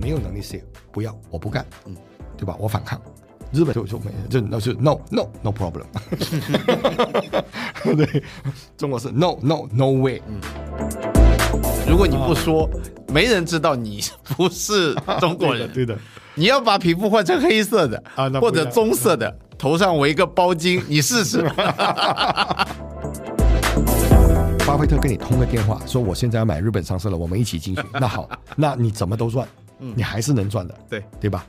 没有能力 say 不要，我不干，对吧？我反抗。日本就那就 no problem 对，中国是 no way。 如果你不说，没人知道你不是中国人。 对的， 你要把皮肤换成黑色的或者棕色的，头上围个包巾，你试试。 巴菲特跟你通个电话，说我现在要买日本上市了，我们一起进去。那好，那你怎么都赚，你还是能赚的，对吧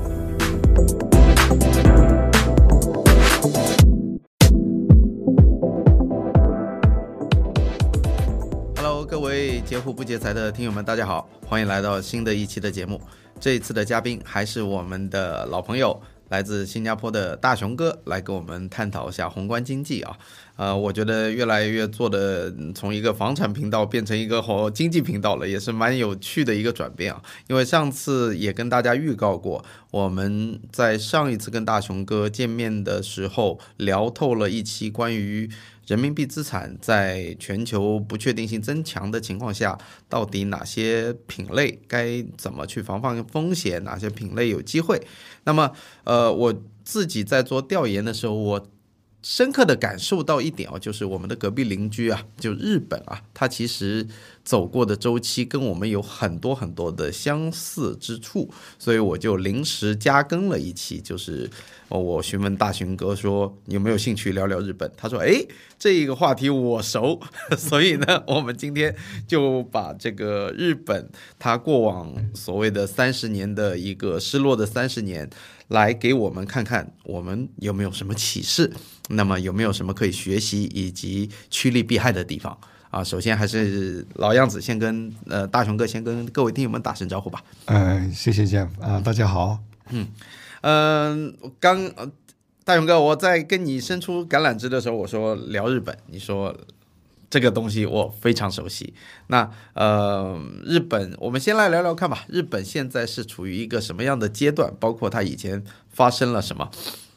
？Hello， 各位截胡不截财的听友们，大家好，欢迎来到新的一期的节目。这一次的嘉宾还是我们的老朋友，来自新加坡的大熊哥，来跟我们探讨一下宏观经济啊。我觉得越来越做的从一个房产频道变成一个经济频道了，也是蛮有趣的一个转变啊。因为上次也跟大家预告过，我们在上一次跟大熊哥见面的时候聊透了一期关于人民币资产在全球不确定性增强的情况下，到底哪些品类该怎么去防范风险，哪些品类有机会。那么我自己在做调研的时候，我深刻的感受到一点就是我们的隔壁邻居啊，就日本啊，它其实走过的周期跟我们有很多很多的相似之处，所以我就临时加更了一期，就是我询问大熊哥说有没有兴趣聊聊日本，他说这个话题我熟，所以呢，我们今天就把这个日本它过往所谓的30年的一个失落的30年来给我们看看，我们有没有什么启示，那么有没有什么可以学习以及趋利避害的地方啊？首先还是老样子，先跟大熊哥先跟各位听友们打声招呼吧。 谢谢 Jeff 大家好。 大熊哥，我在跟你伸出橄榄枝的时候，我说聊日本，你说这个东西我非常熟悉。那日本，我们先来聊聊看吧。日本现在是处于一个什么样的阶段？包括它以前发生了什么？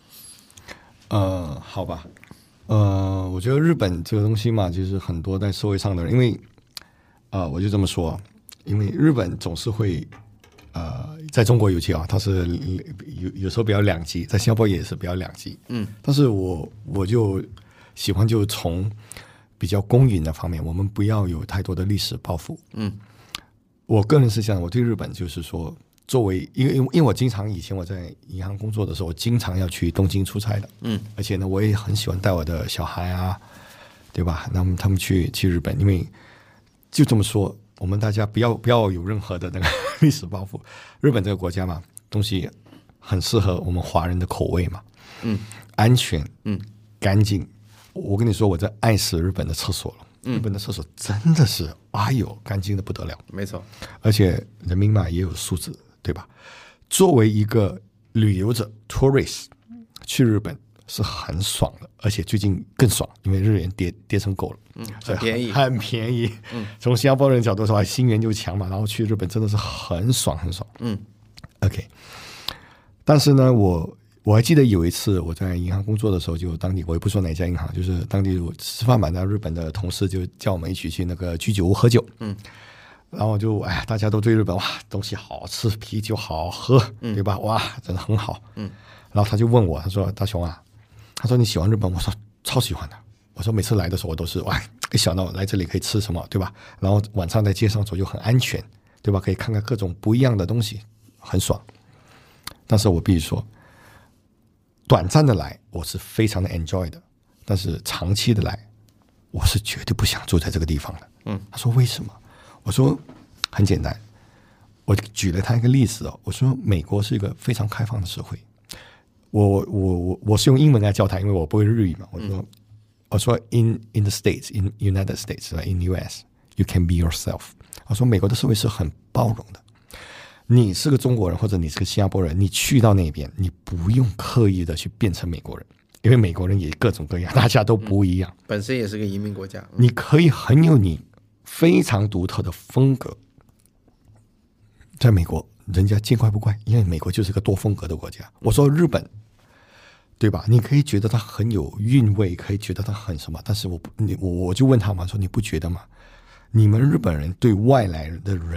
好吧。我觉得日本这个东西嘛，就是很多在社会上的人，因为我就这么说，因为日本总是会在中国尤其它是有时候比较两极，在新加坡也是比较两极。但是我就喜欢就从比较公允的方面，我们不要有太多的历史包袱。我个人是这样，我对日本就是说，作为因为我经常以前我在银行工作的时候，我经常要去东京出差的。而且呢，我也很喜欢带我的小孩啊，对吧？那么他们去日本，因为就这么说，我们大家不要有任何的那个历史包袱。日本这个国家嘛，东西很适合我们华人的口味嘛。安全，干净。我跟你说，我真爱死日本的厕所了。日本的厕所真的是干净的不得了。没错，而且人民嘛也有素质，对吧？作为一个旅游者 tourist 去日本是很爽的，而且最近更爽，因为日元跌成狗了。很便宜。从新加坡人角度说，新元就强嘛，然后去日本真的是很爽。OK， 但是呢，我还记得有一次我在银行工作的时候，就当地我也不说哪家银行，就是当地我吃饭嘛，然后日本的同事就叫我们一起去那个居酒屋喝酒。然后就大家都对日本东西好吃，啤酒好喝，对吧？真的很好。然后他就问我，他说大雄啊，他说你喜欢日本？我说超喜欢的。我说每次来的时候我都是一想到来这里可以吃什么，对吧？然后晚上在街上走就很安全，对吧？可以看看各种不一样的东西，很爽。但是我必须说，短暂的来我是非常的 enjoy 的，但是长期的来我是绝对不想住在这个地方的。他说为什么？我说很简单，我举了他一个例子我说美国是一个非常开放的社会。我是用英文来教他，因为我不会日语嘛。我说 in the States, in United States, in US, you can be yourself。我说美国的社会是很包容的。你是个中国人或者你是个新加坡人，你去到那边，你不用刻意的去变成美国人，因为美国人也各种各样，大家都不一样。 本身也是个移民国家。 你可以很有你非常独特的风格。在美国人家见怪不怪，因为美国就是个多风格的国家。我说日本，对吧？你可以觉得它很有韵味，可以觉得它很什么，但是我就问他嘛，说你不觉得吗？你们日本人对外来的人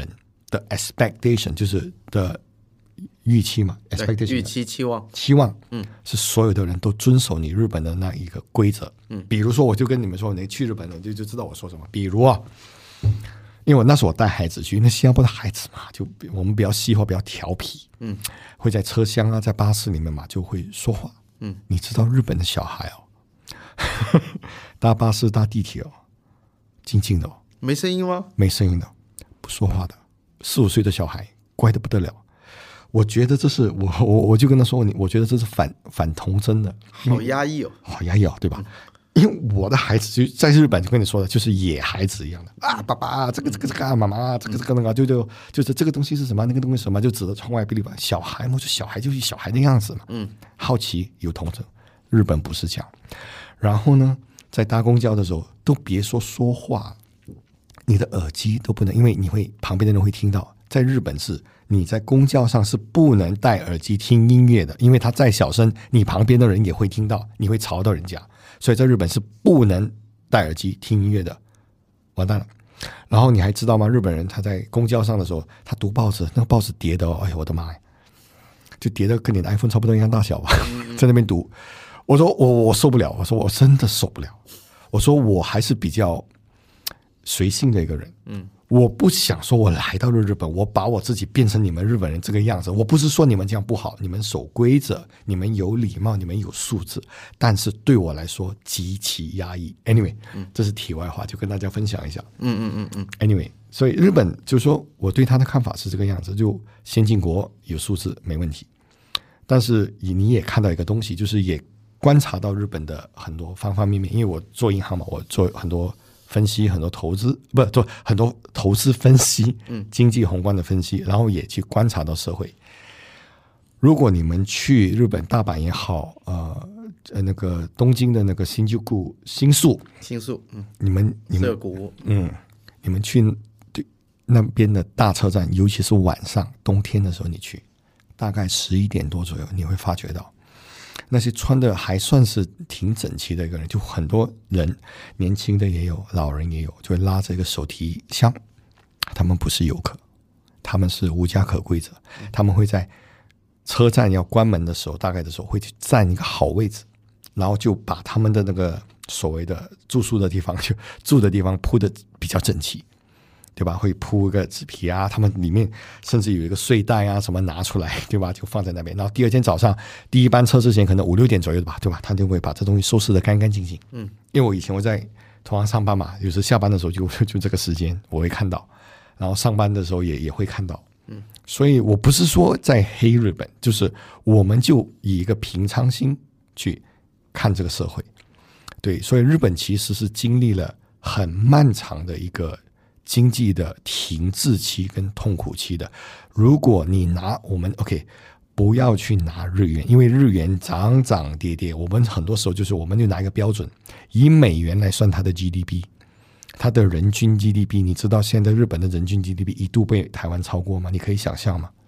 的 expectation 就是的预期嘛 ，expectation 预期期望， 是所有的人都遵守你日本的那一个规则。比如说我就跟你们说，你去日本就知道我说什么。比如啊，因为我那时候我带孩子去，因为新加坡的孩子嘛，就我们比较细化，比较调皮，会在车厢啊，在巴士里面嘛就会说话。你知道日本的小孩哦，搭巴士搭地铁哦，静静的哦， 没声音吗？ 没声音的，不说话的，4、5岁的小孩乖得不得了。我觉得这是我就跟他说，我觉得这是反童真的， 好压抑哦， 好压抑哦，对吧？因为我的孩子就在日本，就跟你说的，就是野孩子一样的啊，爸爸这个啊，妈妈这个那个，就是这个东西是什么，那个东西是什么，就指着窗外哔哩吧。小孩嘛，就小孩就是小孩的样子嘛，好奇有童真。日本不是这样。然后呢，在搭公交的时候，都别说话，你的耳机都不能，因为你会旁边的人会听到。在日本是你在公交上是不能戴耳机听音乐的，因为它再小声，你旁边的人也会听到，你会吵到人家。所以在日本是不能戴耳机听音乐的，完蛋了。然后你还知道吗？日本人他在公交上的时候，他读报纸，那个报纸叠的哦，哎呀我的妈呀，就叠的跟你的 iPhone 差不多一样大小吧，在那边读。我说我受不了，我说我真的受不了。我说我还是比较随性的一个人，我不想说我来到了日本，我把我自己变成你们日本人这个样子。我不是说你们这样不好，你们守规则，你们有礼貌，你们有素质，但是对我来说极其压抑。Anyway，这是题外话，就跟大家分享一下。Anyway， 所以日本就是说我对他的看法是这个样子，就先进国有素质没问题，但是你也看到一个东西，就是也观察到日本的很多方方面面。因为我做银行嘛，我做很多分析，很多投资，不做很多投资分析，经济宏观的分析，然后也去观察到社会。如果你们去日本大阪也好，那个东京的那个新宿，你们涩谷， 你们去对那边的大车站，尤其是晚上冬天的时候，你去大概11点多左右，你会发觉到那些穿的还算是挺整齐的一个人，就很多人，年轻的也有，老人也有，就会拉着一个手提箱。他们不是游客，他们是无家可归者，他们会在车站要关门的时候，大概的时候会去占一个好位置，然后就把他们的那个所谓的住宿的地方，就住的地方铺的比较整齐，对吧？会铺一个纸皮啊，他们里面甚至有一个睡袋啊什么拿出来，对吧？就放在那边。然后第二天早上第一班车之前可能5、6点左右的吧，对吧？他就会把这东西收拾得干干净净。因为我以前我在同行上班嘛，有时下班的时候就这个时间我会看到，然后上班的时候也会看到。所以我不是说在黑日本，就是我们就以一个平常心去看这个社会。对，所以日本其实是经历了很漫长的一个经济的停滞期跟痛苦期的。如果你拿我们 OK， 不要去拿日元，因为日元涨涨跌跌，我们很多时候就是我们就拿一个标准，以美元来算它的 GDP， 它的人均 GDP， 你知道现在日本的人均 GDP 一度被台湾超过吗？你可以想象吗？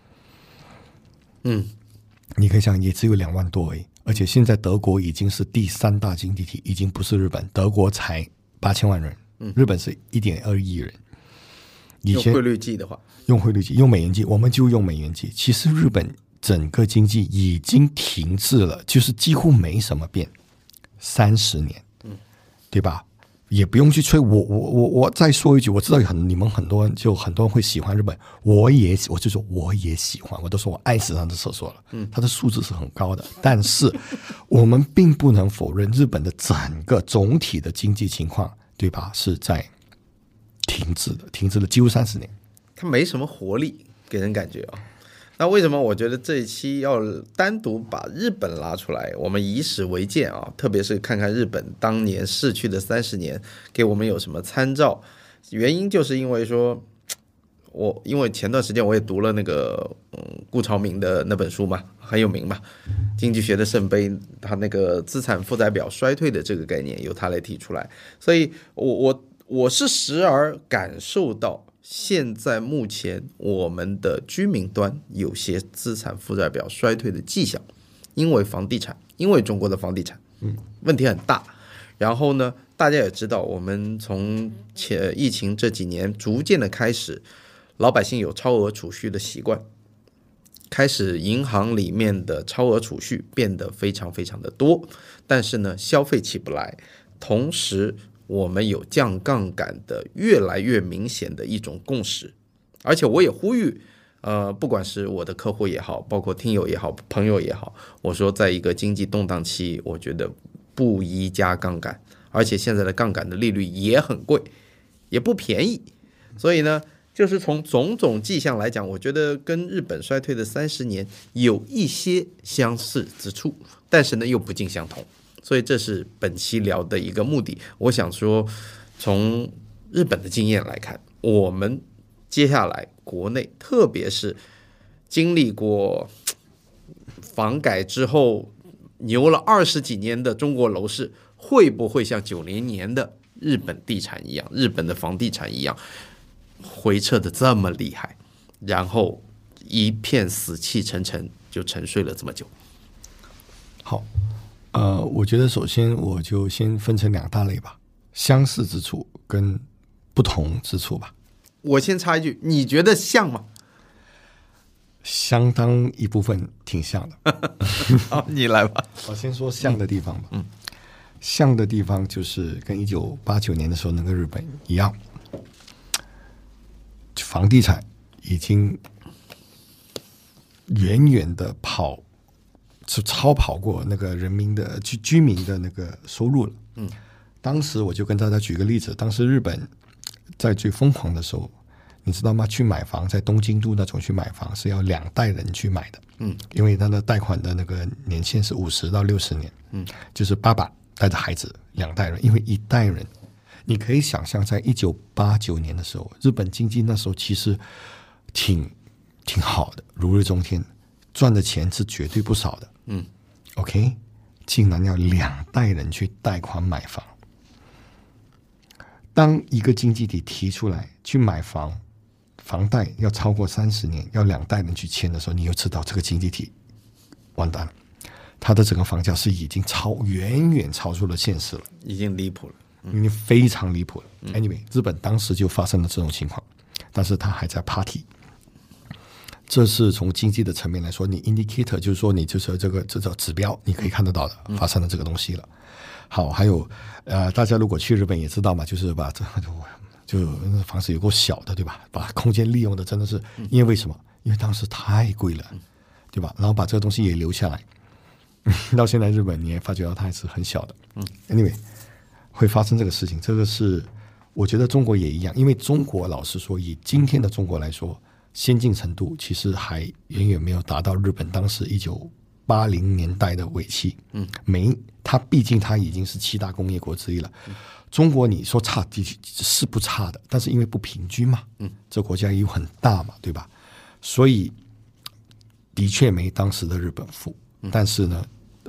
你可以想，也只有2万多而已。而且现在德国已经是第3大经济体，已经不是日本，德国才8000万人，日本是1.2亿人。以前用汇率计的话， 用汇率计，用美元计，我们就用美元计。其实日本整个经济已经停滞了，就是几乎没什么变，30年，对吧？也不用去吹。我再说一句，我知道你们很多人会喜欢日本，我就说我也喜欢，我都说我爱死他的厕所了。它的素质是很高的，但是我们并不能否认日本的整个总体的经济情况，对吧？是在停滞了几乎30年， 它没什么活力，给人感觉啊。那为什么我觉得这一期要单独把日本拉出来，我们以史为鉴啊？特别是看看日本当年逝去的30年，给我们有什么参照？原因就是因为说，因为前段时间我也读了那个顾朝明的那本书嘛，很有名嘛，经济学的圣杯，他那个资产负债表衰退的这个概念由他来提出来，所以我是时而感受到。现在目前我们的居民端有些资产负债表衰退的迹象，因为中国的房地产问题很大。然后呢，大家也知道，我们从疫情这几年逐渐的开始老百姓有超额储蓄的习惯，开始银行里面的超额储蓄变得非常非常的多，但是呢，消费起不来，同时我们有降杠杆的越来越明显的一种共识，而且我也呼吁，不管是我的客户也好，包括听友也好，朋友也好，我说在一个经济动荡期，我觉得不宜加杠杆，而且现在的杠杆的利率也很贵，也不便宜，所以呢，就是从种种迹象来讲，我觉得跟日本衰退的30年有一些相似之处，但是呢又不尽相同，所以这是本期聊的一个目的。我想说，从日本的经验来看，我们接下来国内，特别是经历过房改之后牛了20几年的中国楼市，会不会像90年的日本地产一样，日本的房地产一样回撤的这么厉害，然后一片死气沉沉就沉睡了这么久？ 好，我觉得首先我就先分成2大类吧，相似之处跟不同之处吧。 我先插一句，你觉得像吗？ 相当一部分挺像的。 好，你来吧。 我先说像的地方吧。像的地方就是跟1989年的时候那个日本一样，房地产已经远远的超跑过那个人民的居民的那个收入了。当时我就跟大家举个例子，当时日本在最疯狂的时候，你知道吗？去买房，在东京都那种去买房是要2代人去买的。因为他的贷款的那个年限是50到60年。就是爸爸带着孩子2代人，因为1代人，你可以想象，在1989年的时候，日本经济那时候其实挺好的，如日中天，赚的钱是绝对不少的。OK， 竟然要2代人去贷款买房。当一个经济体提出来去买房，房贷要超过30年，要2代人去签的时候，你就知道这个经济体完蛋了。它的整个房价是已经远远超出了现实了， 已经离谱了， 已经非常离谱了。Anyway， 日本当时就发生了这种情况，但是它还在 party。这是从经济的层面来说，你 indicator 就是说你就是这叫指标，你可以看得到的发生了这个东西了。好，还有大家如果去日本也知道嘛，就是把就房子有够小的，对吧？把空间利用的真的是，因为什么？因为当时太贵了，对吧？然后把这个东西也留下来。到现在日本你也发觉到它还是很小的。Anyway， 会发生这个事情，这个是我觉得中国也一样，因为中国老实说，以今天的中国来说，先进程度其实还远远没有达到日本当时1980年代的尾期。它毕竟它已经是7大工业国之一了。中国你说差是不差的，但是因为不平均嘛，这国家又很大嘛，对吧？所以的确没当时的日本富。但是呢，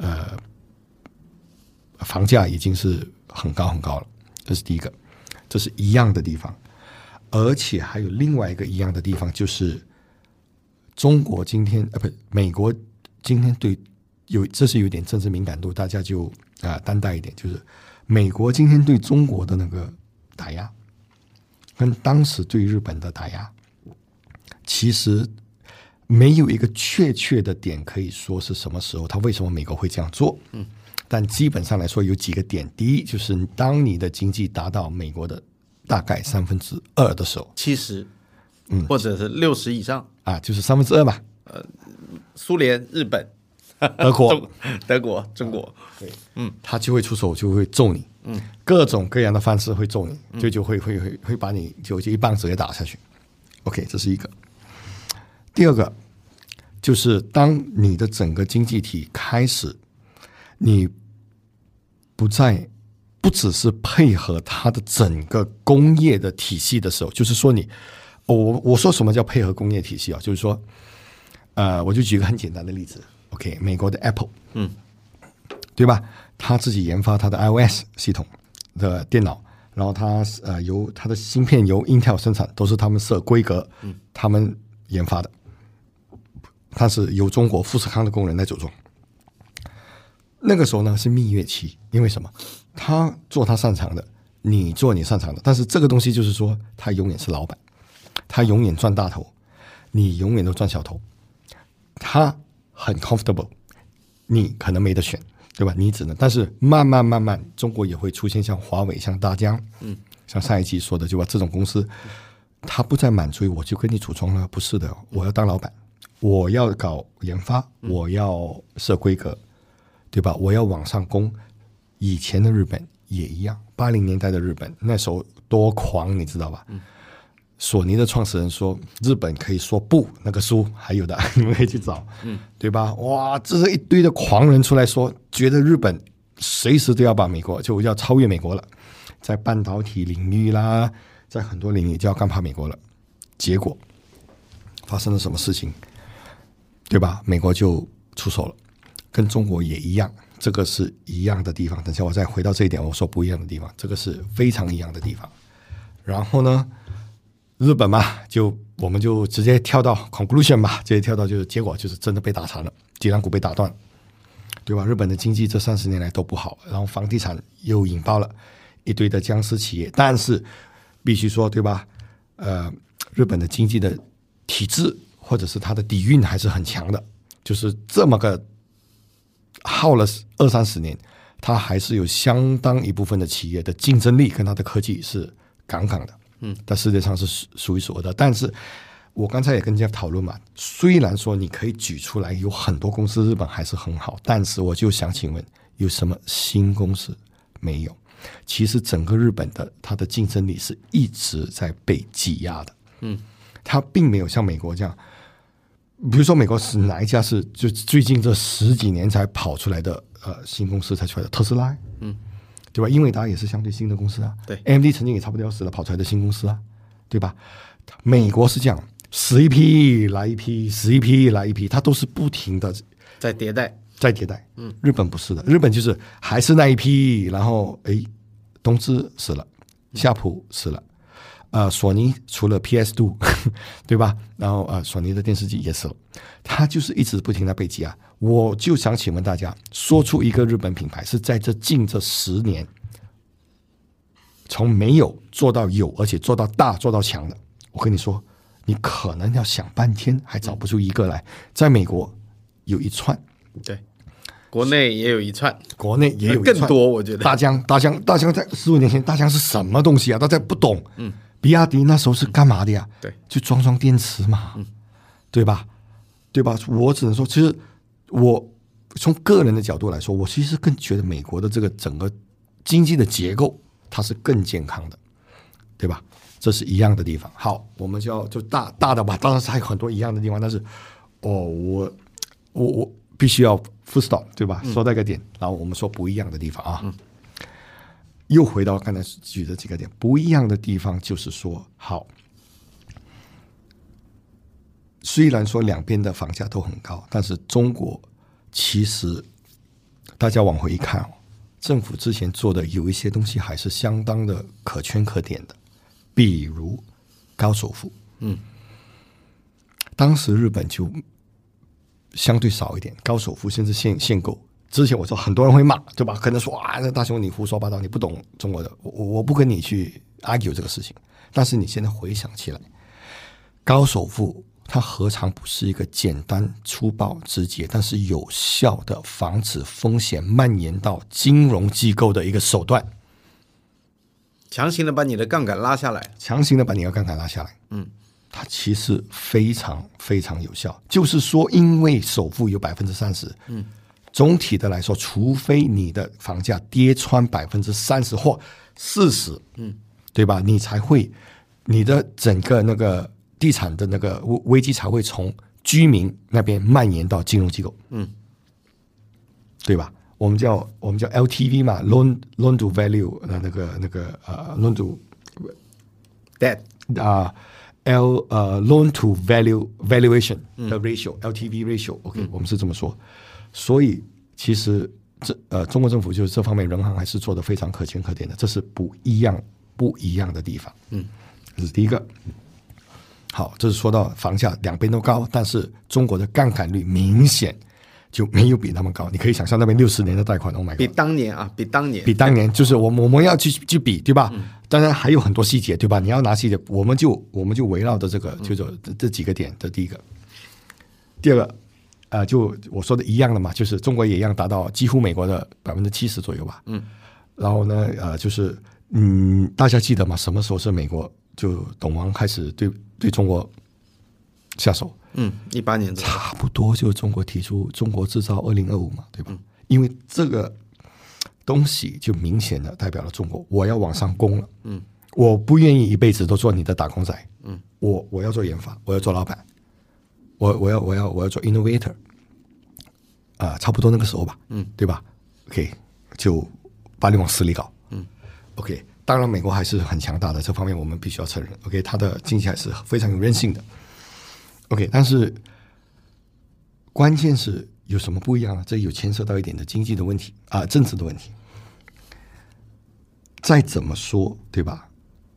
房价已经是很高很高了，这是第一个，这是一样的地方。而且还有另外一个一样的地方，就是中国今天美国今天这是有点政治敏感度，大家就担待一点，就是美国今天对中国的那个打压，跟当时对日本的打压，其实没有一个确切的点可以说是什么时候，他为什么美国会这样做。但基本上来说有几个点。第一，就是当你的经济达到美国的大概2/3的时候 ，70，或者是60以上就是2/3嘛。 苏联、日本、 德国、中国， 对，他就会出手，就会揍你，各种各样的方式会揍你，就会把你就一棒子给打下去。OK， 这是一个。第二个就是当你的整个经济体开始，你不只是配合它的整个工业的体系的时候，就是说我说什么叫配合工业体系啊？就是说，我就举一个很简单的例子。OK， 美国的 Apple，对吧？他自己研发他的 iOS 系统的电脑，然后由他的芯片由 Intel 生产，都是他们设规格，他们研发的。它是由中国富士康的工人来组装。那个时候呢是蜜月期，因为什么？他做他擅长的，你做你擅长的，但是这个东西就是说他永远是老板， 他永远赚大头，你永远都赚小头。他很 comfortable， 你可能没得选，对吧？你只能，但是慢慢，中国也会出现像华为、像大疆，像上一期说的，就把这种公司，他不再满足于我就跟你组装了，不是的，我要当老板，我要搞研发，我要设规格，对吧？我要往上攻。以前的日本也一样，80年代的日本那时候多狂，你知道吧？索尼的创始人说日本可以说不，那个书还有的你们可以去找，对吧？哇，这是一堆的狂人出来说，觉得日本随时都要把美国就要超越美国了，在半导体领域啦，在很多领域就要干趴美国了。结果发生了什么事情，对吧？美国就出手了，跟中国也一样，这个是一样的地方。等下我再回到这一点，我说不一样的地方，这个是非常一样的地方。然后呢，日本嘛，我们就直接跳到 conclusion 吧，直接跳到就是结果就是真的被打残了，脊梁骨被打断，对吧？日本的经济这30年来都不好，然后房地产又引爆了一堆的僵尸企业，但是必须说，对吧？日本的经济的体制或者是它的底蕴还是很强的，就是这么个耗了20-30年，它还是有相当一部分的企业的竞争力跟它的科技是杠杠的。在世界上是数一数二的。但是我刚才也跟Jeff讨论嘛，虽然说你可以举出来有很多公司日本还是很好，但是我就想请问，有什么新公司没有？其实整个日本的它的竞争力是一直在被挤压的。它并没有像美国这样，比如说美国是哪一家是就最近这10几年才跑出来的新公司才出来的？特斯拉，对吧？英伟达也是相对新的公司啊， 对 ，AMD 曾经也差不多要死了，跑出来的新公司啊，对吧？美国是这样，死一批来一批，死一批来一批，它都是不停的在迭代。 日本不是的，日本就是还是那一批，然后东芝死了，夏普死了，索尼除了 PS2 对吧？然后索尼的电视机也死了，它就是一直不停的被挤压。我就想请问大家，说出一个日本品牌是在近这10年从没有做到有，而且做到大做到强的，我跟你说，你可能要想半天还找不出一个来。在美国有一串， 对，国内也有一串， 国内也有一串更多。我觉得大疆在15年前，大疆是什么东西啊？大家不懂。比亚迪那时候是干嘛的呀？ 对， 就装电池嘛，对吧？我只能说，其实我从个人的角度来说，我其实更觉得美国的这个整个经济的结构它是更健康的，对吧？这是一样的地方。好，我们就大的吧，当然是还有很多一样的地方，但是我必须要 full stop， 对吧？说到一个点，然后我们说不一样的地方啊。又回到刚才举的几个点，不一样的地方就是说，好，虽然说两边的房价都很高，但是中国其实大家往回一看政府之前做的有一些东西还是相当的可圈可点的，比如高首付，当时日本就相对少一点，高首付甚至限购。之前我说很多人会骂，对吧？可能说那大雄你胡说八道，你不懂中国的，我不跟你去 argue 这个事情。但是你现在回想起来，高首付它何尝不是一个简单粗暴直接但是有效的防止风险蔓延到金融机构的一个手段？ 强行的把你的杠杆拉下来， 它其实非常非常有效。就是说，因为首付有30%，总体的来说，除非你的房价跌穿30%或40%，对吧？你才会，你的整个那个地产的那个危机才会从居民那边蔓延到金融机构，对吧？我们叫 LTV 嘛，loan to value， loan to debt loan to valuation 的 ratio，LTV ratio，OK，我们是这么说。所以其实中国政府就是这方面人行还是做得非常可圈可点的，这是不一样的地方。这是第一个。好，这是说到房价两边都高，但是中国的杠杆率明显就没有比他们高。你可以想象那边60年的贷款 ，Oh my god， 比当年就是我们要去比，对吧？当然还有很多细节，对吧？你要拿细节，我们就围绕着这个，就是这几个点。这第一个，第二个，就我说的一样的嘛，就是中国也一样达到几乎美国的70%左右吧。然后呢，就是大家记得吗？什么时候是美国就董王开始对中国下手 ？18年左右， 差不多就中国提出中国制造2025嘛，对吧？因为这个东西就明显的代表了中国我要往上攻了。我不愿意一辈子都做你的打工仔。我要做研发，我要做老板，我要做 innovator。差不多那个时候吧。对吧 ？OK， 就把你往死里搞。OK， 当然美国还是很强大的，这方面我们必须要承认。OK， 它的经济还是非常有韧性的。OK， 但是关键是有什么不一样呢？这有牵涉到一点的经济的问题政治的问题。再怎么说，对吧？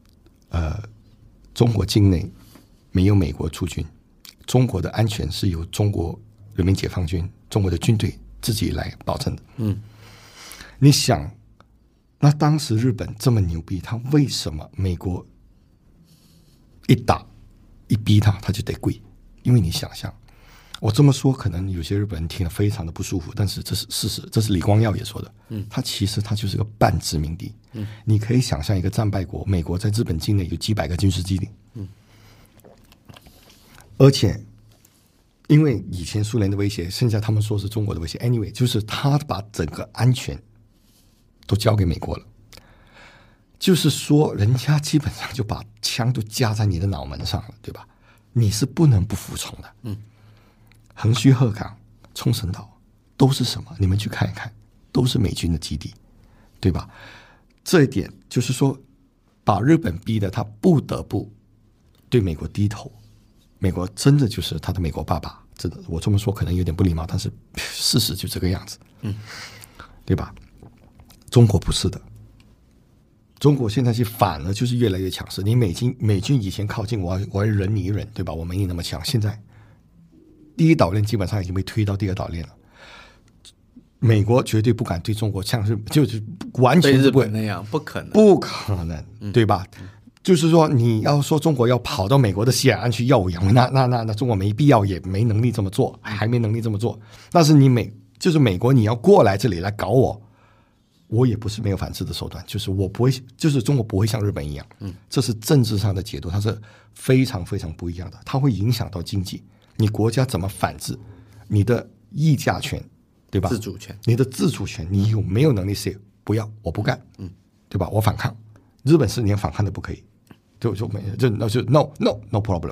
中国境内没有美国驻军，中国的安全是由中国人民解放军、中国的军队自己来保证的。你想，那当时日本这么牛逼，他为什么美国一打一逼他就得跪？因为你想象，我这么说可能有些日本人听了非常的不舒服，但是这是事实，这是李光耀也说的。他其实他就是个半殖民地。你可以想象一个战败国，美国在日本境内有几百个军事基地。而且因为以前苏联的威胁，现在他们说是中国的威胁 ，anyway， 就是他把整个安全都交给美国了。就是说人家基本上就把枪都架在你的脑门上了，对吧？你是不能不服从的。横须贺港、冲绳岛都是什么？你们去看一看，都是美军的基地，对吧？这一点就是说，把日本逼得他不得不对美国低头。美国真的就是他的美国爸爸，真的，我这么说可能有点不礼貌，但是事实就这个样子。对吧？中国不是的。中国现在是反而就是越来越强势。你美军以前靠近我要忍你一忍，对吧？我没你那么强。现在第一岛链基本上已经被推到第二岛链了。美国绝对不敢对中国像是就是完全对日本那样，不可能， 对吧？就是说你要说中国要跑到美国的西海岸去耀武扬威，那中国没必要，也没能力这么做，还没能力这么做。但是就是美国你要过来这里来搞我也不是没有反制的手段，就是我不会，就是中国不会像日本一样，这是政治上的解读，它是非常非常不一样的，它会影响到经济，你国家怎么反制，你的议价权，对吧？ 自主权， 你的自主权，你有没有能力 say 不要，我不干，对吧？我反抗，日本是连反抗都不可以，就 no problem，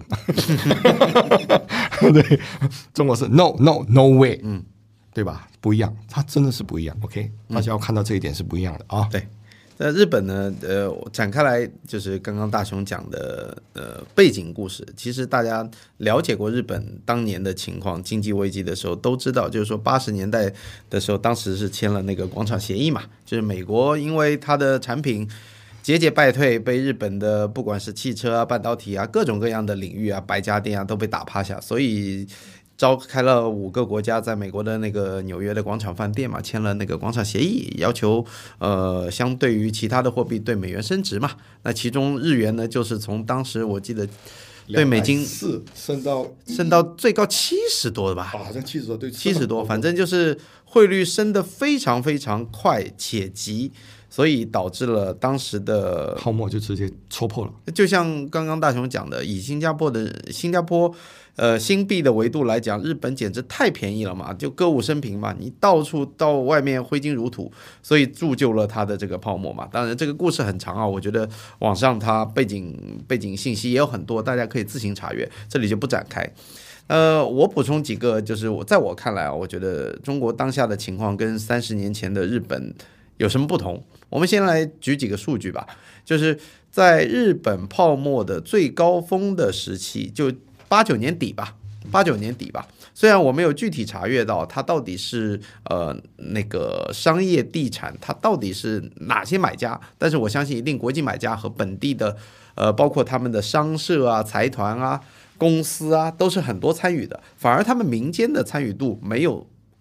对，中国是 no way，对吧？不一样，它真的是不一样。OK， 大家要看到这一点是不一样的啊。 对，那日本呢？展开来就是刚刚大雄讲的背景故事。其实大家了解过日本当年的情况，经济危机的时候都知道，就是说80年代的时候，当时是签了那个广场协议嘛，就是美国因为它的产品节节败退，被日本的不管是汽车啊、半导体啊各种各样的领域啊、百家店啊都被打趴下，所以召开了5个国家在美国的那个纽约的广场饭店嘛，签了那个广场协议，要求相对于其他的货币对美元升值嘛。那其中日元呢，就是从当时我记得对美金 4 升到最高70多的吧？ 好像70多，对 ，70多，反正就是汇率升得非常非常快且急。所以导致了当时的泡沫就直接戳破了。 就像刚刚大雄讲的，以新加坡新币的维度来讲，日本简直太便宜了嘛，就歌舞升平嘛，你到处到外面挥金如土，所以铸就了它的这个泡沫嘛。当然这个故事很长啊，我觉得网上它背景信息也有很多，大家可以自行查阅，这里就不展开。我补充几个，就是在我看来啊，我觉得中国当下的情况跟30年前的日本有什么不同？我们先来举几个数据吧，就是在日本泡沫的最高峰的时期，就89年底吧。虽然我没有具体查阅到它到底是那个商业地产，它到底是哪些买家，但是我相信一定国际买家和本地的包括他们的商社啊、财团啊、公司啊，都是很多参与的，反而他们民间的参与度没有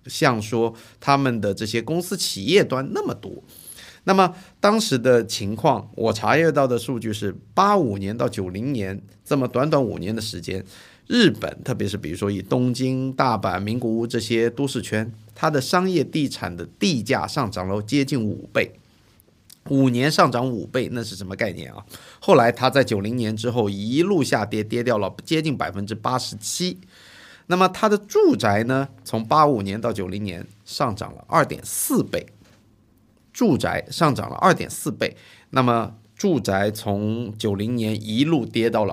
像说他们的这些公司企业端那么多。那么当时的情况，我查阅到的数据是85年到90年这么短短5年的时间，日本特别是比如说以东京、大阪、名古屋这些都市圈，它的商业地产的地价上涨了接近5倍。5年上涨5倍，那是什么概念啊？后来它在90年之后一路下跌，跌掉了接近87%。那么它的住宅呢，从85年到90年上涨了2.4倍，住宅上涨了2.4倍。那么住宅从90年一路跌到了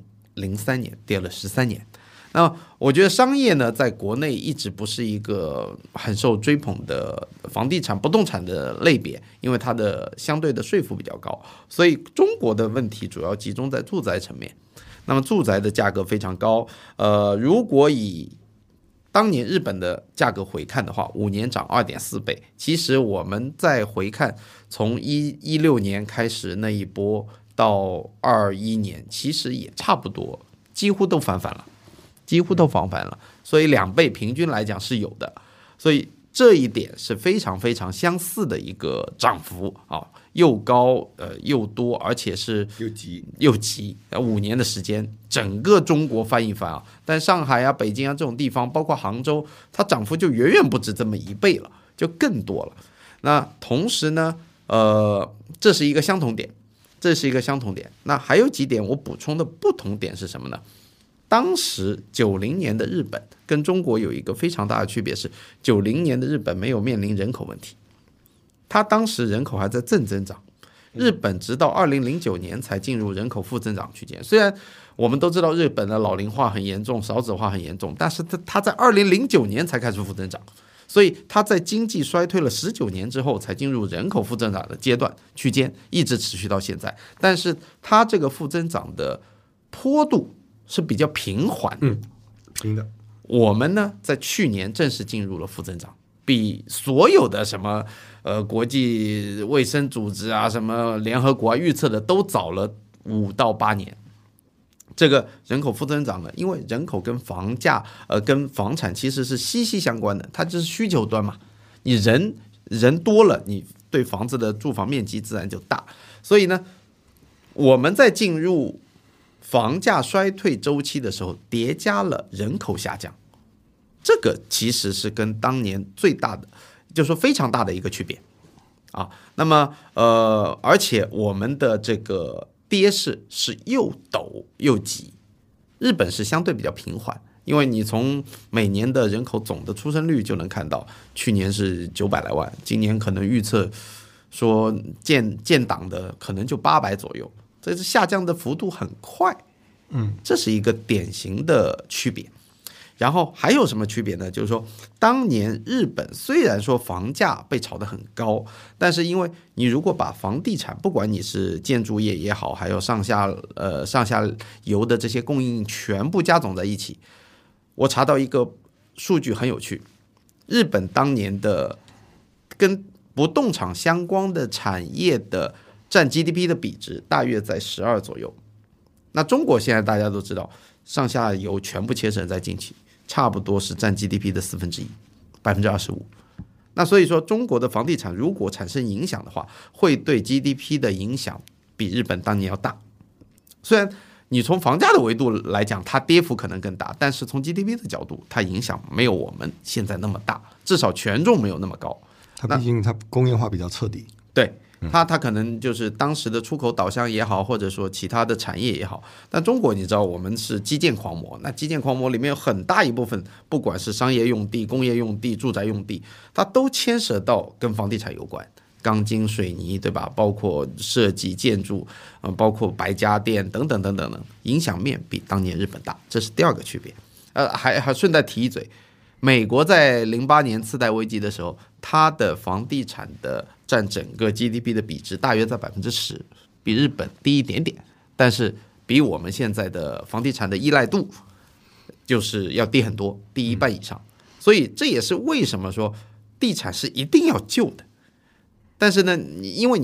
2003年，跌了13年。那我觉得商业呢，在国内一直不是一个很受追捧的房地产、不动产的类别，因为它的相对的税负比较高，所以中国的问题主要集中在住宅层面。那么住宅的价格非常高，如果以当年日本的价格回看的话，5年涨2.4倍。其实我们再回看，从16年开始那一波到21年，其实也差不多，几乎都翻番了。所以2倍平均来讲是有的，所以这一点是非常非常相似的一个涨幅啊，又高又多，而且是又急，5年的时间，整个中国翻一翻啊。但上海啊、北京啊这种地方，包括杭州，它涨幅就远远不止这么1倍了，就更多了。那同时呢，这是一个相同点，那还有几点我补充的不同点是什么呢？当时90年的日本跟中国有一个非常大的区别是，90年的日本没有面临人口问题，它当时人口还在正增长，日本直到2009年才进入人口负增长区间。虽然我们都知道日本的老龄化很严重，少子化很严重，但是它在2009年才开始负增长，所以它在经济衰退了19年之后才进入人口负增长的阶段区间，一直持续到现在。但是它这个负增长的坡度是比较平缓的， 平的。 我们呢，在去年正式进入了负增长，比所有的什么国际卫生组织啊、什么联合国预测的都早了5到8年。这个人口负增长呢，因为人口跟房价跟房产其实是息息相关的，它就是需求端嘛。你人多了，你对房子的住房面积自然就大，所以呢，我们在进入房价衰退周期的时候，叠加了人口下降，这个其实是跟当年最大的，就是说非常大的一个区别啊。那么而且我们的这个跌势是又陡又急，日本是相对比较平缓，因为你从每年的人口总的出生率就能看到，去年是900来万，今年可能预测说建档的可能就800左右。这是下降的幅度很快，这是一个典型的区别。然后还有什么区别呢？就是说，当年日本虽然说房价被炒得很高，但是因为你如果把房地产，不管你是建筑业也好，还有上下游的这些供应全部加总在一起，我查到一个数据很有趣，日本当年的跟不动产相关的产业的占 GDP 的比值大约在12左右。那中国现在大家都知道，上下游全部切成在进去，差不多是占 GDP 的1/4%，25%。那所以说，中国的房地产如果产生影响的话，会对 GDP 的影响比日本当年要大。虽然你从房价的维度来讲，它跌幅可能更大，但是从 GDP 的角度，它影响没有我们现在那么大，至少权重没有那么高。 它毕竟它工业化比较彻底。 对。它可能就是当时的出口导向也好，或者说其他的产业也好，但中国你知道我们是基建狂魔，那基建狂魔里面有很大一部分，不管是商业用地、工业用地、住宅用地，它都牵涉到跟房地产有关，钢筋水泥，对吧？包括设计建筑，包括白家电等等等等等，影响面比当年日本大，这是第二个区别。还顺带提一嘴，美国在08年次贷危机的时候，它的房地产的占整个 GDP 的比值大约在10%，比日本低一点点，但是比我们现在的房地产的依赖度就是要低很多，低1半以上。所以这也是为什么说地产是一定要救的。但是呢，因为你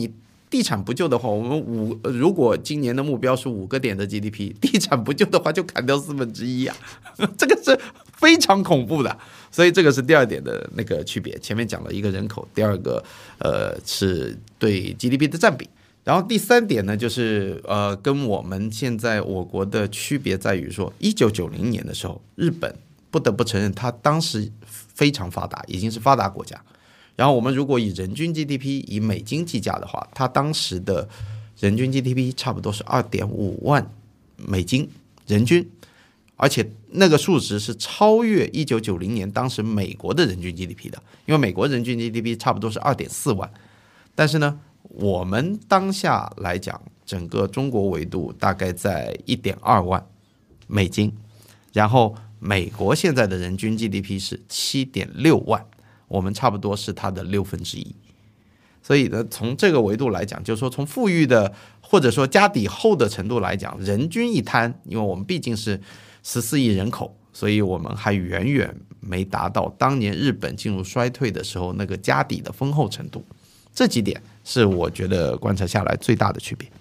地产不救的话，我们如果今年的目标是5个点的 GDP， 地产不救的话就砍掉1/4啊，这个是非常恐怖的。所以这个是第二点的那个区别。前面讲了一个人口，第二个是对 GDP 的占比。然后第三点呢，就是跟我们现在我国的区别在于说，1990年的时候，日本不得不承认，它当时非常发达，已经是发达国家。然后我们如果以人均 GDP 以美金计价的话，它当时的人均 GDP 差不多是2.5万美金人均，而且那个数值是超越1990年当时美国的人均 GDP 的，因为美国人均 GDP 差不多是2.4万，但是呢，我们当下来讲，整个中国纬度大概在1.2万美金，然后美国现在的人均 GDP 是7.6万。我们差不多是它的1/6，所以呢，从这个维度来讲，就是说从富裕的或者说家底厚的程度来讲，人均一摊，因为我们毕竟是14亿人口，所以我们还远远没达到当年日本进入衰退的时候那个家底的丰厚程度。这几点是我觉得观察下来最大的区别。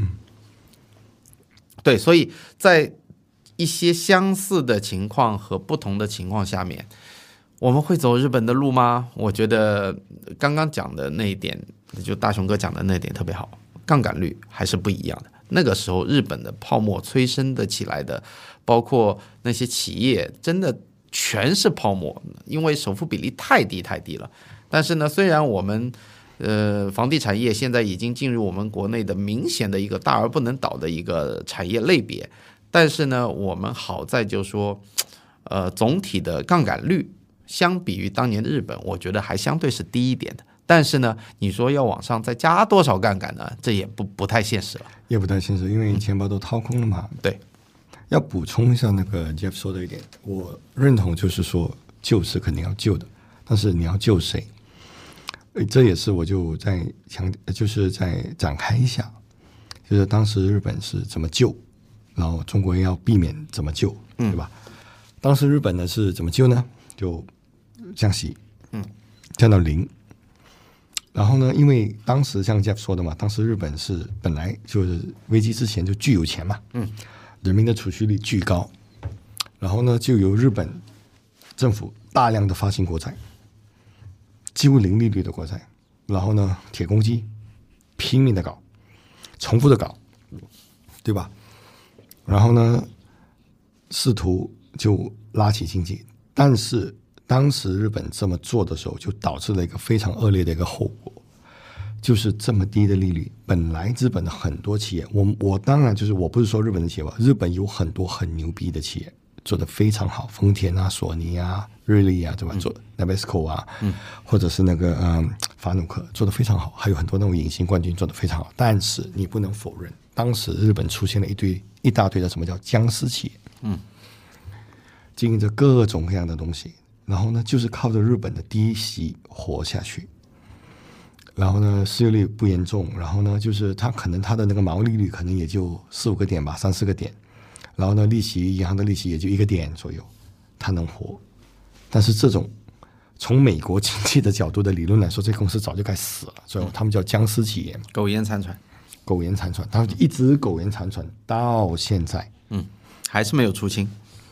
对，所以在一些相似的情况和不同的情况下面，我们会走日本的路吗？我觉得刚刚讲的那一点，就大雄哥讲的那一点特别好，杠杆率还是不一样的。那个时候日本的泡沫催生的起来的，包括那些企业真的全是泡沫，因为首付比例太低太低了。但是呢，虽然我们房地产业现在已经进入我们国内的明显的一个大而不能倒的一个产业类别，但是呢，我们好在就是说总体的杠杆率相比于当年的日本，我觉得还相对是低一点的。但是呢，你说要往上再加多少杠杆呢？这也不太现实了， 也不太现实，因为钱包都掏空了嘛。 对， 要补充一下那个 Jeff 说的一点，我认同，就是说救是肯定要救的，但是你要救谁？这也是我就就是在展开一下，就是当时日本是怎么救，然后中国要避免怎么救，对吧？当时日本呢是怎么救呢？就降息，降到0。然后呢，因为当时像 Jeff 说的嘛，当时日本是本来就是危机之前就巨有钱嘛，人民的储蓄率巨高，然后呢，就由日本政府大量的发行国债，几乎零利率的国债，然后呢，铁公鸡拼命的搞，重复的搞，对吧？然后呢，试图就拉起经济，但是当时日本这么做的时候，就导致了一个非常恶劣的一个后果，就是这么低的利率，本来日本的很多企业，我当然就是我不是说日本的企业吧，日本有很多很牛逼的企业做得非常好，丰田啊、索尼啊、瑞利啊，对吧？做 Nabisco 啊，或者是那个法努克做得非常好，还有很多那种隐形冠军做得非常好。但是你不能否认，当时日本出现了一大堆的什么叫僵尸企业，经营着各种各样的东西。然后呢，就是靠着日本的低息活下去。然后呢，失业率不严重。然后呢，就是它可能它的那个毛利率可能也就4-5个点吧，3-4个点。然后呢，银行的利息也就1个点左右，它能活。但是这种从美国经济的角度的理论来说，这公司早就该死了，所以他们叫僵尸企业， 苟延残喘， 他们一直苟延残喘到现在， 还是没有出清。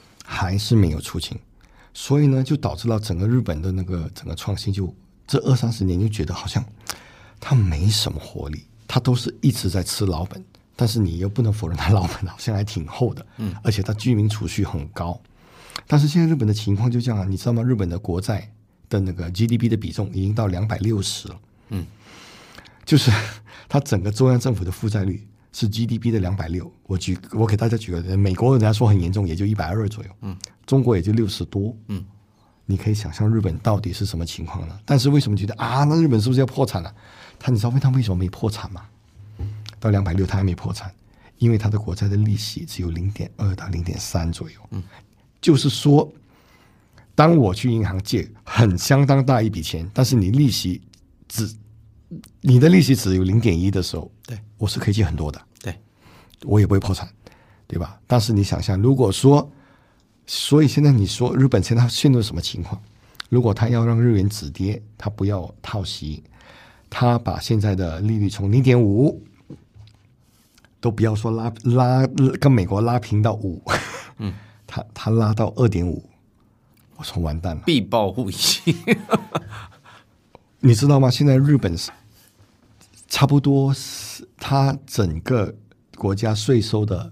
所以呢，就导致了整个日本的那个整个创新，就这20-30年就觉得好像它没什么活力，它都是一直在吃老本，但是你又不能否认它老本好像还挺厚的，而且它居民储蓄很高。但是现在日本的情况就这样啊，你知道吗？日本的国债的那个 GDP 的比重已经到260了，就是它整个中央政府的负债率是 GDP 的260。我给大家举个，美国人家说很严重，也就120左右，中国也就60多，你可以想象日本到底是什么情况呢？但是为什么觉得啊，那日本是不是要破产了？你知道他为什么没破产吗？到260他还没破产，因为他的国债的利息只有0.2到0.3左右，就是说，当我去银行借相当大一笔钱，但是你的利息只有0.1的时候，对，我是可以借很多的， 对， 我也不会破产，对吧？但是你想象，如果说，所以现在你说日本现在陷入什么情况？如果他要让日元止跌，他不要套息， 他把现在的利率从0.5都不要说拉跟美国拉平到5，他拉到2.5，我说完蛋了， 必报户息。 你知道吗？现在日本是差不多是他整个国家税收的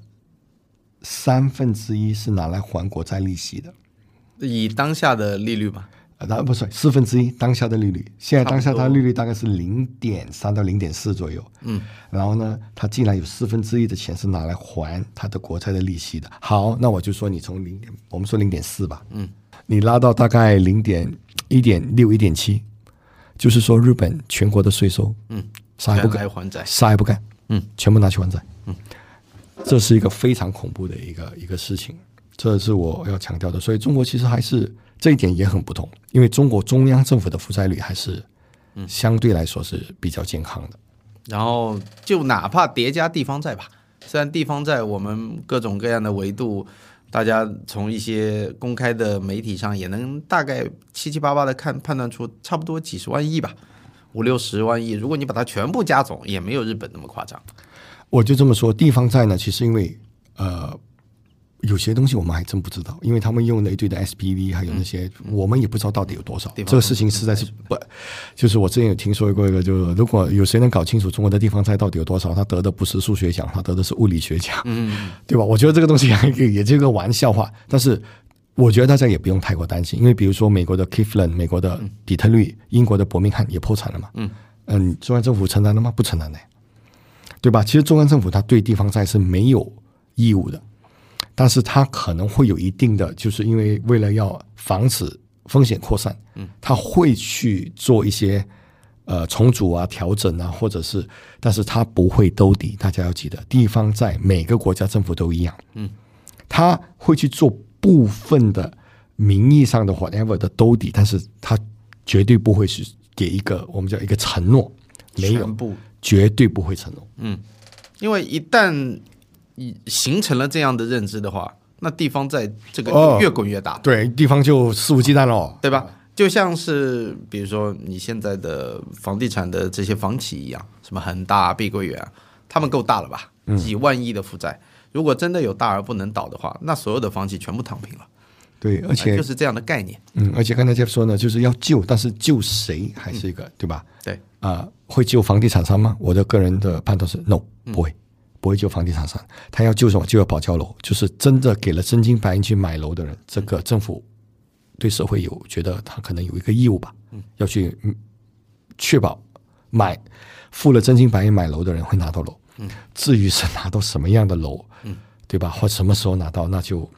1/3是拿来还国债利息的， 以当下的利率嘛， 不是1/4当下的利率，现在当下它的利率大概是0.3到0.4左右，然后呢，它竟然有1/4的钱是拿来还它的国债的利息的。好，那我就说你从我们说0.4吧，你拉到大概1.6、1.7，就是说日本全国的税收，啥也不干， 还债， 啥也不干，全部拿去还债，这是一个非常恐怖的一个事情，这是我要强调的。所以中国其实还是这一点也很不同，因为中国中央政府的负债率还是相对来说是比较健康的。 然后就哪怕叠加地方债吧，虽然地方债我们各种各样的维度，大家从一些公开的媒体上也能大概七七八八的判断出差不多几十万亿吧，50、60万亿，如果你把它全部加总，也没有日本那么夸张。 我就这么说，地方债呢，其实因为有些东西我们还真不知道，因为他们用了一堆的 SPV， 还有那些我们也不知道到底有多少。这个事情实在是不，就是我之前有听说过一个，就是如果有谁能搞清楚中国的地方债到底有多少，他得的不是数学奖，他得的是物理学奖，对吧？我觉得这个东西也是个玩笑话，但是我觉得大家也不用太过担心，因为比如说美国的 Cleveland、美国的底特律、英国的伯明翰也破产了嘛，中央政府承担了吗？不承担的，对吧？其实中央政府它对地方债是没有义务的。但是它可能会有一定的，就是因为为了要防止风险扩散，它会去做一些重组啊、调整啊，或者是，但是它不会兜底。大家要记得，地方债每个国家政府都一样，它会去做部分的名义上的 whatever 的兜底，但是它绝对不会是给一个我们叫一个承诺，没有，绝对不会承诺。 因为一旦形成了这样的认知的话，那地方在这个越滚越大， 对，地方就肆无忌惮了， 对吧？就像是比如说你现在的房地产的这些房企一样，什么恒大、碧桂园，他们够大了吧？几万亿的负债，如果真的有大而不能倒的话，那所有的房企全部躺平了。 对，而且就是这样的概念。 而且刚才 Jeff 说呢，就是要救，但是救谁还是一个，对吧？ 对会救房地产商吗？我的个人的判断是 no， 不会救房地产商。他要救什么？就要保交楼，就是真的给了真金白银去买楼的人，这个政府对社会觉得他可能有一个义务吧，要去确保付了真金白银买楼的人会拿到楼。至于是拿到什么样的楼，对吧？或什么时候拿到，那就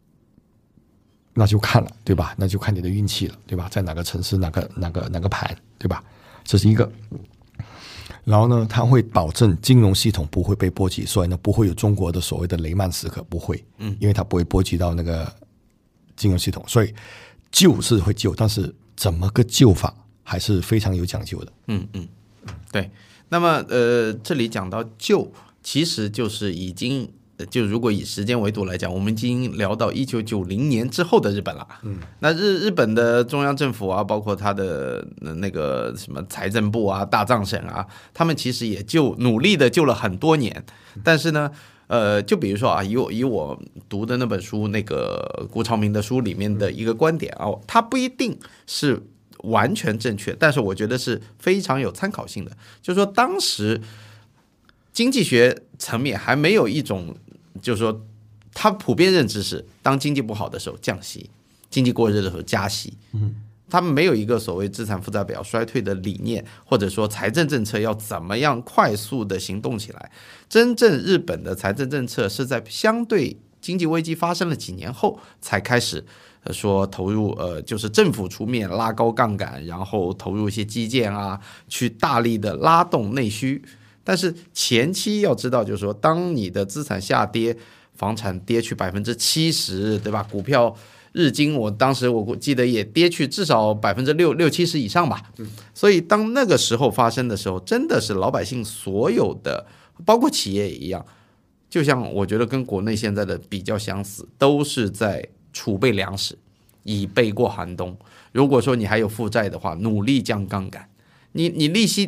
看了，对吧？那就看你的运气了，对吧？在哪个城市，哪个盘，对吧？这是一个。然后呢，它会保证金融系统不会被波及，所以呢，不会有中国的所谓的雷曼时刻，不会，因为它不会波及到那个金融系统，所以救是会救，但是怎么个救法还是非常有讲究的。 对。那么这里讲到救，其实就是已经。就如果以时间维度来讲，我们已经聊到1990年之后的日本了。那日本的中央政府啊，包括他的那个什么财政部啊、大藏省啊，他们其实也努力的救了很多年。但是呢，就比如说啊，以我读的那本书，那个顾长明的书里面的一个观点啊，它不一定是完全正确，但是我觉得是非常有参考性的。就是说，当时经济学层面还没有一种。就是说，他普遍认知是，当经济不好的时候降息，经济过热的时候加息。他们没有一个所谓资产负债表衰退的理念，或者说财政政策要怎么样快速的行动起来。真正日本的财政政策是在相对经济危机发生了几年后才开始说投入就是政府出面拉高杠杆，然后投入一些基建啊，去大力的拉动内需。但是前期要知道，就是说，当你的资产下跌，房产跌去70%，对吧？股票日经，当时我记得也跌去至少60-70%以上吧。所以当那个时候发生的时候，真的是老百姓所有的，包括企业也一样，就像我觉得跟国内现在的比较相似，都是在储备粮食，以备过寒冬。如果说你还有负债的话，努力降杠杆，你利息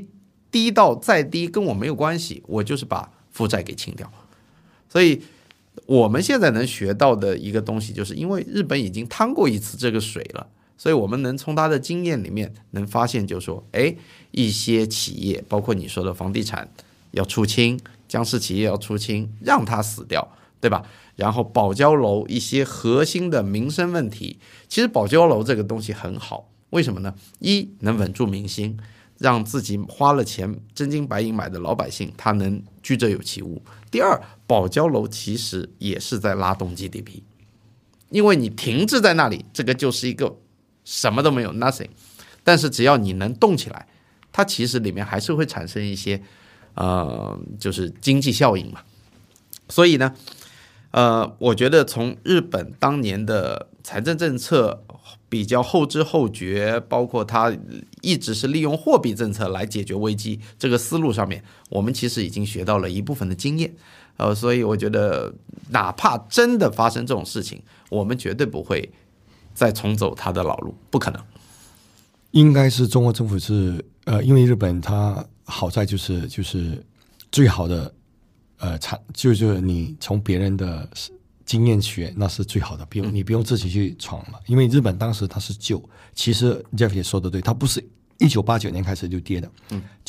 低到再低跟我没有关系，我就是把负债给清掉。所以我们现在能学到的一个东西，就是因为日本已经趟过一次这个水了，所以我们能从他的经验里面能发现，就是说，一些企业，包括你说的房地产要出清，僵尸企业要出清，让它死掉，对吧？然后保交楼一些核心的民生问题，其实保交楼这个东西很好，为什么呢？一能稳住民心，让自己花了钱真金白银买的老百姓他能居者有其屋。第二，保交楼其实也是在拉动 GDP， 因为你停滞在那里，这个就是一个什么都没有 nothing， 但是只要你能动起来，它其实里面还是会产生一些就是经济效应嘛。所以呢我觉得从日本当年的财政政策比较后知后觉，包括它一直是利用货币政策来解决危机这个思路上面，我们其实已经学到了一部分的经验。所以我觉得哪怕真的发生这种事情，我们绝对不会再重走它的老路，不可能。 应该是中国政府是因为日本它好在就是最好的就是你从别人的经验学，那是最好的，你不用自己去闯嘛。因为日本当时它是旧，其实 Jeff 也说的对，它不是1989年开始就跌的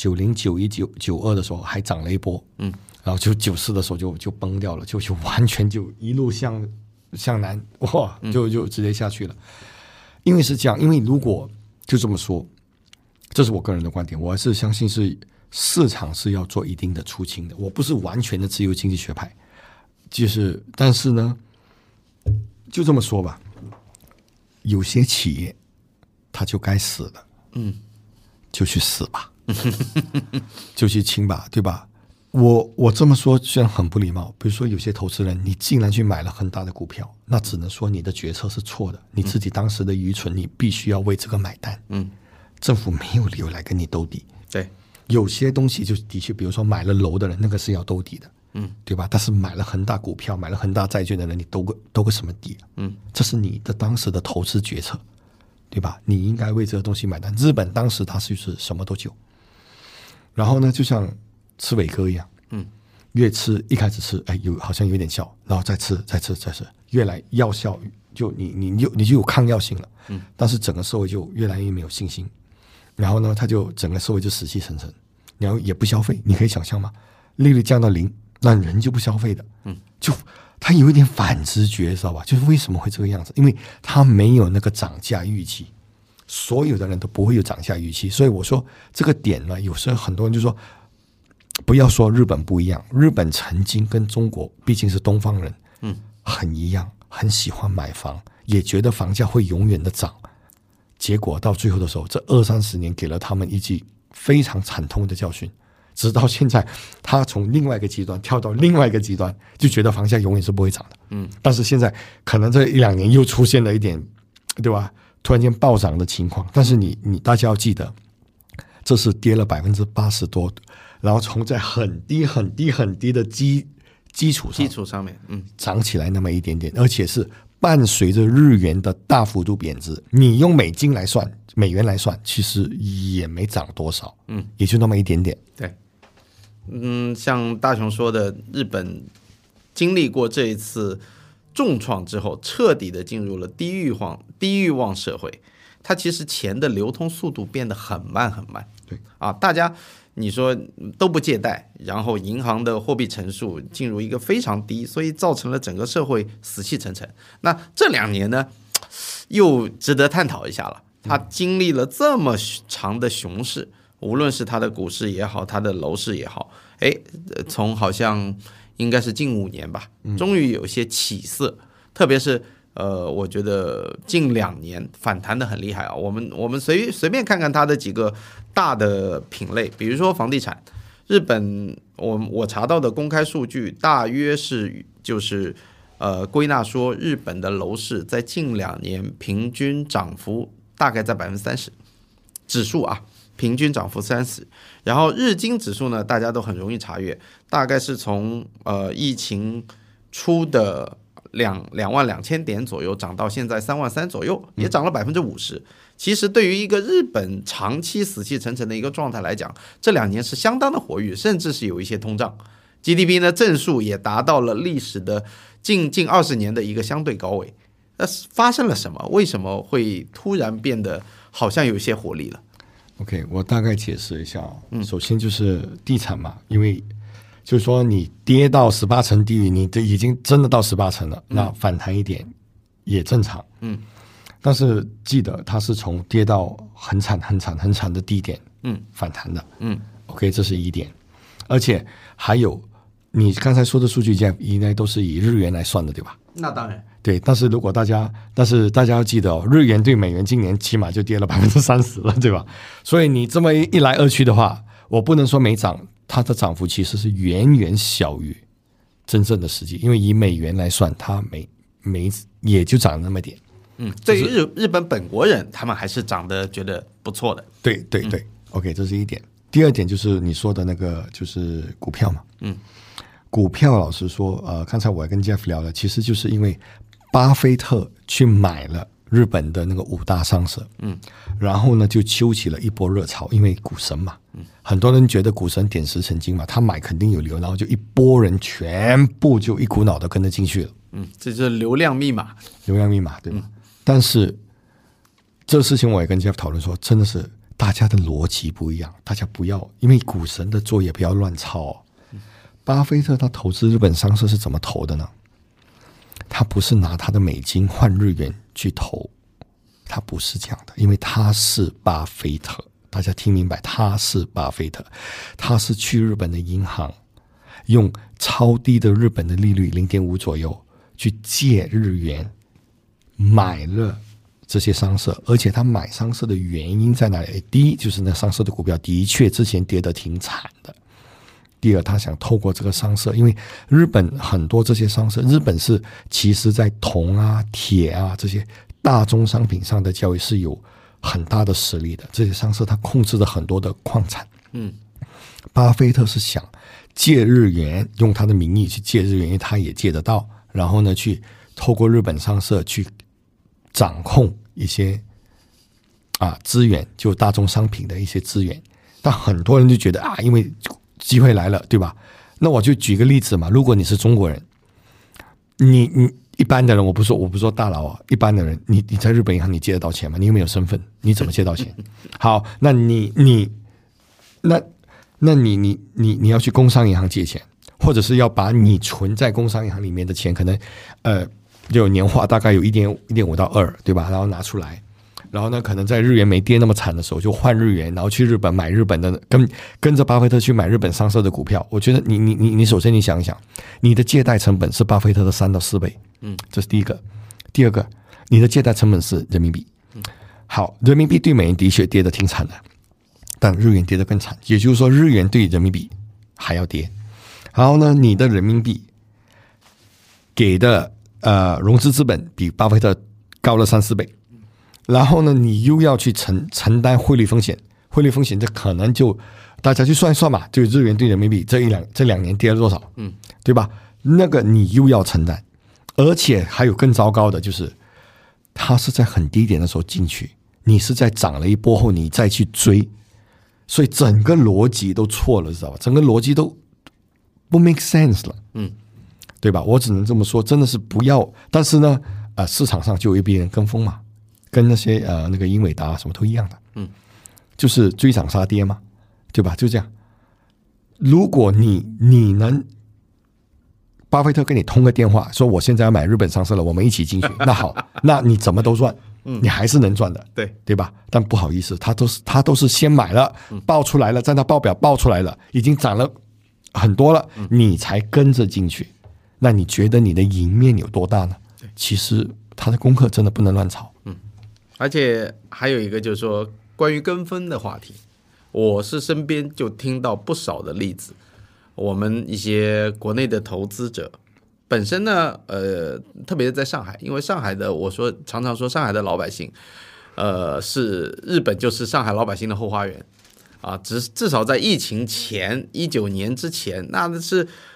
，90、91、92的时候还涨了一波，然后就94的时候就崩掉了，就完全就一路向南，哇，就直接下去了。因为是这样，因为如果就这么说，这是我个人的观点，我还是相信是市场是要做一定的出清的，我不是完全的自由经济学派，但是呢，就这么说吧，有些企业它就该死的，就去死吧，就去清吧，对吧？我这么说虽然很不礼貌，比如说有些投资人你竟然去买了很大的股票，那只能说你的决策是错的，你自己当时的愚蠢，你必须要为这个买单。政府没有理由来跟你兜底。 对， 有些东西就的确，比如说买了楼的人，那个是要兜底的，对吧？但是买了恒大股票、买了恒大债券的人，你兜个什么底啊？这是你的当时的投资决策，对吧？你应该为这个东西买单。日本当时它就是什么都救，然后呢，就像吃伟哥一样，越吃一开始吃，好像有点效，然后再吃，越来药效就你就有抗药性了，但是整个社会就越来越没有信心，然后呢，它就整个社会就死气沉沉，然后也不消费，你可以想象吗？利率降到0，那人就不消费的，就它有一点反直觉，知道吧？就是为什么会这个样子？因为它没有那个涨价预期，所有的人都不会有涨价预期，所以我说这个点呢，有时候很多人就说，不要说日本不一样，日本曾经跟中国毕竟是东方人，很一样，很喜欢买房，也觉得房价会永远的涨，结果到最后的时候，这20-30年给了他们一记非常惨痛的教训，直到现在他从另外一个极端跳到另外一个极端，就觉得房价永远是不会涨的，但是现在可能这1-2年又出现了一点，对吧？突然间暴涨的情况，但是你大家要记得，这是跌了80%多，然后从在很低很低很低的基础上面，涨起来那么一点点，而且是伴随着日元的大幅度贬值。你用美元来算，其实也没涨多少，也就那么一点点。 对，像大雄说的，日本经历过这一次重创之后，彻底的进入了低欲望社会，它其实钱的流通速度变得很慢很慢。 对啊，大家你说都不借贷，然后银行的货币乘数进入一个非常低，所以造成了整个社会死气沉沉。那这2年呢，又值得探讨一下了。它经历了这么长的熊市，无论是它的股市也好，它的楼市也好，从好像应该是近5年吧，终于有些起色，特别是我觉得近2年反弹的很厉害啊。我们随便看看它的几个大的品类，比如说房地产，日本我查到的公开数据大约是就是归纳说日本的楼市在近2年平均涨幅大概在30%，指数啊平均涨幅30%，然后日经指数呢大家都很容易查阅，大概是从疫情初的 22000点左右，涨到现在33000左右，也涨了50%。其实对于一个日本长期死气沉沉的一个状态来讲，这2年是相当的活跃，甚至是有一些通胀。GDP 呢正数也达到了历史的近20年的一个相对高位。那发生了什么？为什么会突然变得好像有一些活力了？ OK， 我大概解释一下。首先就是地产嘛，因为就是说你跌到18层地狱，你这已经真的到18层了，那反弹一点也正常。但是记得它是从跌到很惨的低点反弹的。OK， 这是一点。而且还有你刚才说的数据应该都是以日元来算的，对吧？ 那当然。 对，但是大家要记得哦，日元对美元今年起码就跌了30%了，对吧？所以你这么一来二去的话，我不能说没涨，它的涨幅其实是远远小于真正的实际，因为以美元来算，它没也就涨那么点。 对于日本本国人，他们还是涨得觉得不错的。 对，OK， 这是一点。第二点就是你说的那个就是股票嘛。股票老实说，刚才我跟 Jeff 聊了，其实就是因为巴菲特去买了日本的那个5大商社，然后呢就揪起了一波热潮，因为股神嘛，很多人觉得股神点石成金嘛，他买肯定有流，然后就一波人全部就一股脑的跟着进去了。 这就是流量密码， 对吧？但是这个事情我也跟 Jeff 讨论说，真的是大家的逻辑不一样，大家不要因为股神的作业不要乱抄哦。巴菲特他投资日本商社是怎么投的呢？他不是拿他的美金换日元去投，他不是这样的，因为他是巴菲特，大家听明白，他是巴菲特，他是去日本的银行用超低的日本的利率 0.5 左右去借日元买了这些商社，而且他买商社的原因在哪里？第一就是那商社的股票的确之前跌得挺惨的，第二他想透过这个商社，因为日本很多这些商社，日本是其实在铜啊铁啊这些大宗商品上的交易是有很大的实力的，这些商社他控制了很多的矿产。巴菲特是想借日元，用他的名义去借日元，因为他也借得到，然后呢去透过日本商社去掌控一些资源，就大宗商品的一些资源。但很多人就觉得因为机会来了，对吧？那我就举个例子嘛，如果你是中国人，你一般的人，我不说大佬啊，一般的人，你在日本银行你借得到钱吗？你又没有身份，你怎么借到钱？好，那你要去工商银行借钱，或者是要把你存在工商银行里面的钱，可能有年化大概有1.5到2，对吧？然后拿出来。然后呢，可能在日元没跌那么惨的时候，就换日元，然后去日本买日本的，跟着巴菲特去买日本商社的股票。我觉得你首先你想一想，你的借贷成本是巴菲特的3到4倍，这是第一个。第二个，你的借贷成本是人民币。好，人民币对美元的确跌得挺惨的，但日元跌得更惨，也就是说日元对人民币还要跌。然后呢，你的人民币给的融资资本比巴菲特高了3、4倍。然后呢，你又要去承担汇率风险，这可能就大家去算一算嘛，就日元对人民币这两年跌了多少，对吧？那个你又要承担，而且还有更糟糕的就是，它是在很低点的时候进去，你是在涨了一波后你再去追，所以整个逻辑都错了，知道吧？整个逻辑都不 make sense 了，对吧？我只能这么说，真的是不要。但是呢，市场上就有一批人跟风嘛。跟那些那个英伟达什么都一样的，就是追涨杀跌嘛，对吧？就这样。如果你能，巴菲特跟你通个电话，说我现在要买日本商社了，我们一起进去，那好，那你怎么都赚，你还是能赚的，对吧？但不好意思，他都是先买了，报出来了，在他报表报出来了，已经涨了很多了，你才跟着进去，那你觉得你的赢面有多大呢？其实他的功课真的不能乱炒。 而且还有一个就是说，关于跟风的话题，我是身边就听到不少的例子。我们一些国内的投资者本身呢，特别是在上海，因为上海的常常说上海的老百姓，是日本就是上海老百姓的后花园啊。至少在疫情前19年之前，那是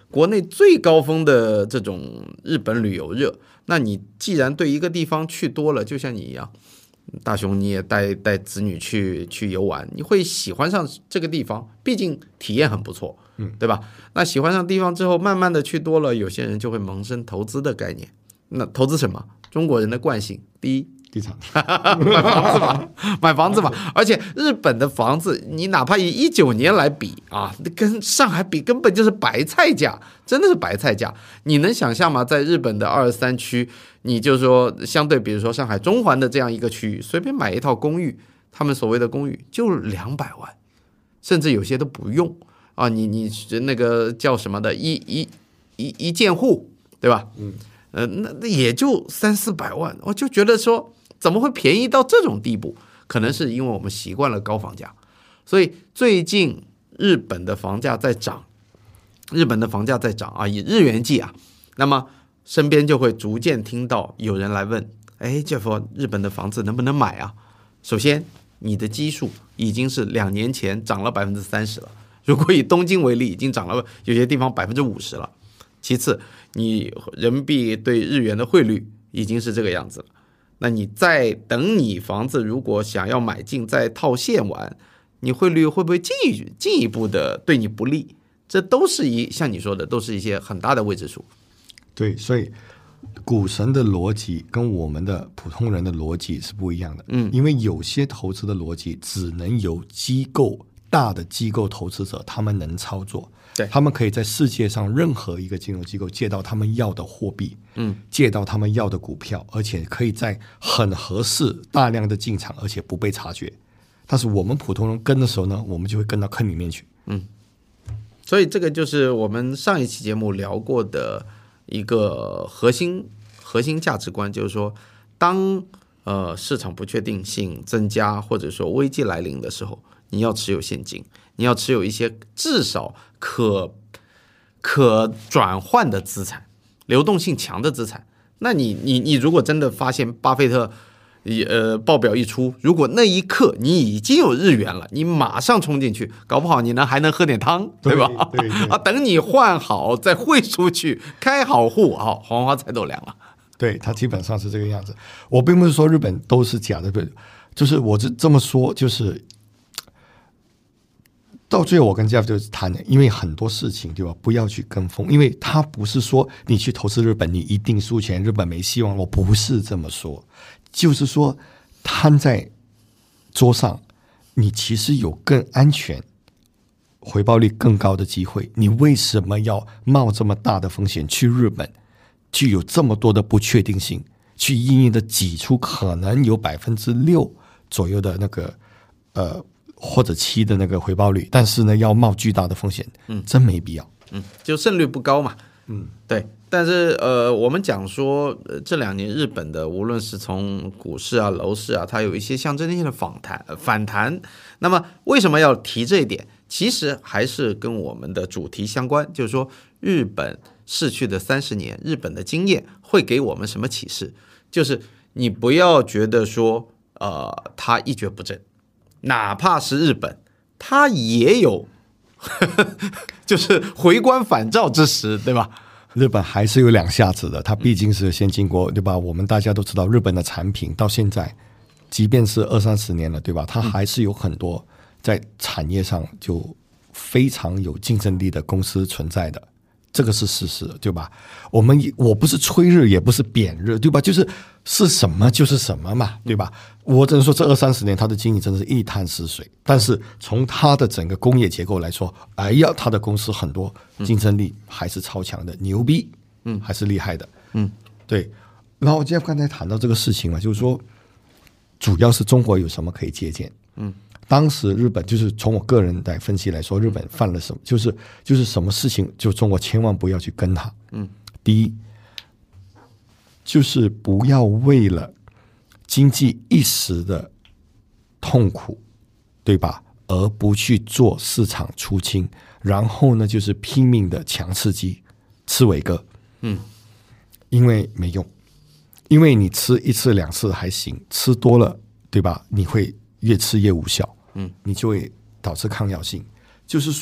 国内最高峰的这种日本旅游热，那你既然对一个地方去多了，就像你一样，大雄你也带子女去游玩，你会喜欢上这个地方，毕竟体验很不错，对吧？那喜欢上地方之后，慢慢的去多了，有些人就会萌生投资的概念。那投资什么？中国人的惯性，第一， 地产买房子嘛，而且日本的房子，你哪怕以19年来比啊，跟上海比根本就是白菜价，真的是白菜价。你能想象吗？在日本的23区，你就说相对，比如说上海中环的这样一个区域，随便买一套公寓，他们所谓的公寓就200万，甚至有些都不用啊。你那个叫什么的一件户，对吧？那也就300-400万，我就觉得说怎么会便宜到这种地步？可能是因为我们习惯了高房价，所以最近日本的房价在涨，啊，以日元计啊，那么身边就会逐渐听到有人来问，Jeff，日本的房子能不能买啊？首先，你的基数已经是2年前涨了30%了，如果以东京为例，已经涨了有些地方50%了。其次，你人民币对日元的汇率已经是这个样子了，那你再等你房子如果想要买进再套现完，你汇率会不会进一步的对你不利？这都是像你说的，都是一些很大的未知数。 对，所以股神的逻辑跟我们的普通人的逻辑是不一样的。因为有些投资的逻辑只能由大的机构投资者他们能操作。 对， 他们可以在世界上任何一个金融机构借到他们要的货币，借到他们要的股票，而且可以在很合适大量的进场，而且不被察觉。但是我们普通人跟的时候呢，我们就会跟到坑里面去。 所以这个就是我们上一期节目聊过的一个核心价值观，就是说，当市场不确定性增加或者说危机来临的时候，你要持有现金，你要持有一些至少可转换的资产，流动性强的资产。那你如果真的发现巴菲特报表一出，如果那一刻你已经有日元了，你马上冲进去，搞不好你还能喝点汤，对吧？ 对啊，等你换好再汇出去，开好户，好，黄花菜都凉了。 对，它基本上是这个样子。我并不是说日本都是假的，就是我这么说，就是到最后我跟 Jeff 就是谈的，因为很多事情对吧，不要去跟风，因为他不是说你去投资日本你一定输钱，日本没希望，我不是这么说，就是说摊在桌上，你其实有更安全、回报率更高的机会，你为什么要冒这么大的风险去日本？具有这么多的不确定性，去硬硬的挤出可能有6%左右的那个或者7%的那个回报率，但是呢要冒巨大的风险，真没必要。 就胜率不高嘛。对。但是我们讲说这2年日本的无论是从股市啊、楼市啊，它有一些象征性的反弹。那么为什么要提这一点？其实还是跟我们的主题相关，就是说日本逝去的30年，日本的经验会给我们什么启示？就是你不要觉得说它一蹶不振，哪怕是日本，它也有就是回光返照之时，对吧？ 日本还是有2下子的，它毕竟是先经过，对吧？我们大家都知道，日本的产品到现在，即便是20-30年了，对吧？它还是有很多在产业上就非常有竞争力的公司存在的，这个是事实，对吧？我不是吹日，也不是贬日，对吧？就是什么就是什么嘛，对吧？我只能说这20-30年它的经营真的是一滩死水，但是从它的整个工业结构来说，它的公司很多竞争力还是超强的，牛逼，还是厉害的，对。然后今天刚才谈到这个事情嘛，就是说主要是中国有什么可以借鉴，当时日本就是从我个人来分析来说，日本犯了什么，就是什么事情就中国千万不要去跟它。第一就是不要为了经济一时的痛苦，对吧？而不去做市场出清，然后呢就是拼命的强刺激，吃伟哥，因为没用，因为你吃1次2次还行，吃多了，对吧？你会越吃越无效。你就会导致抗药性。就是说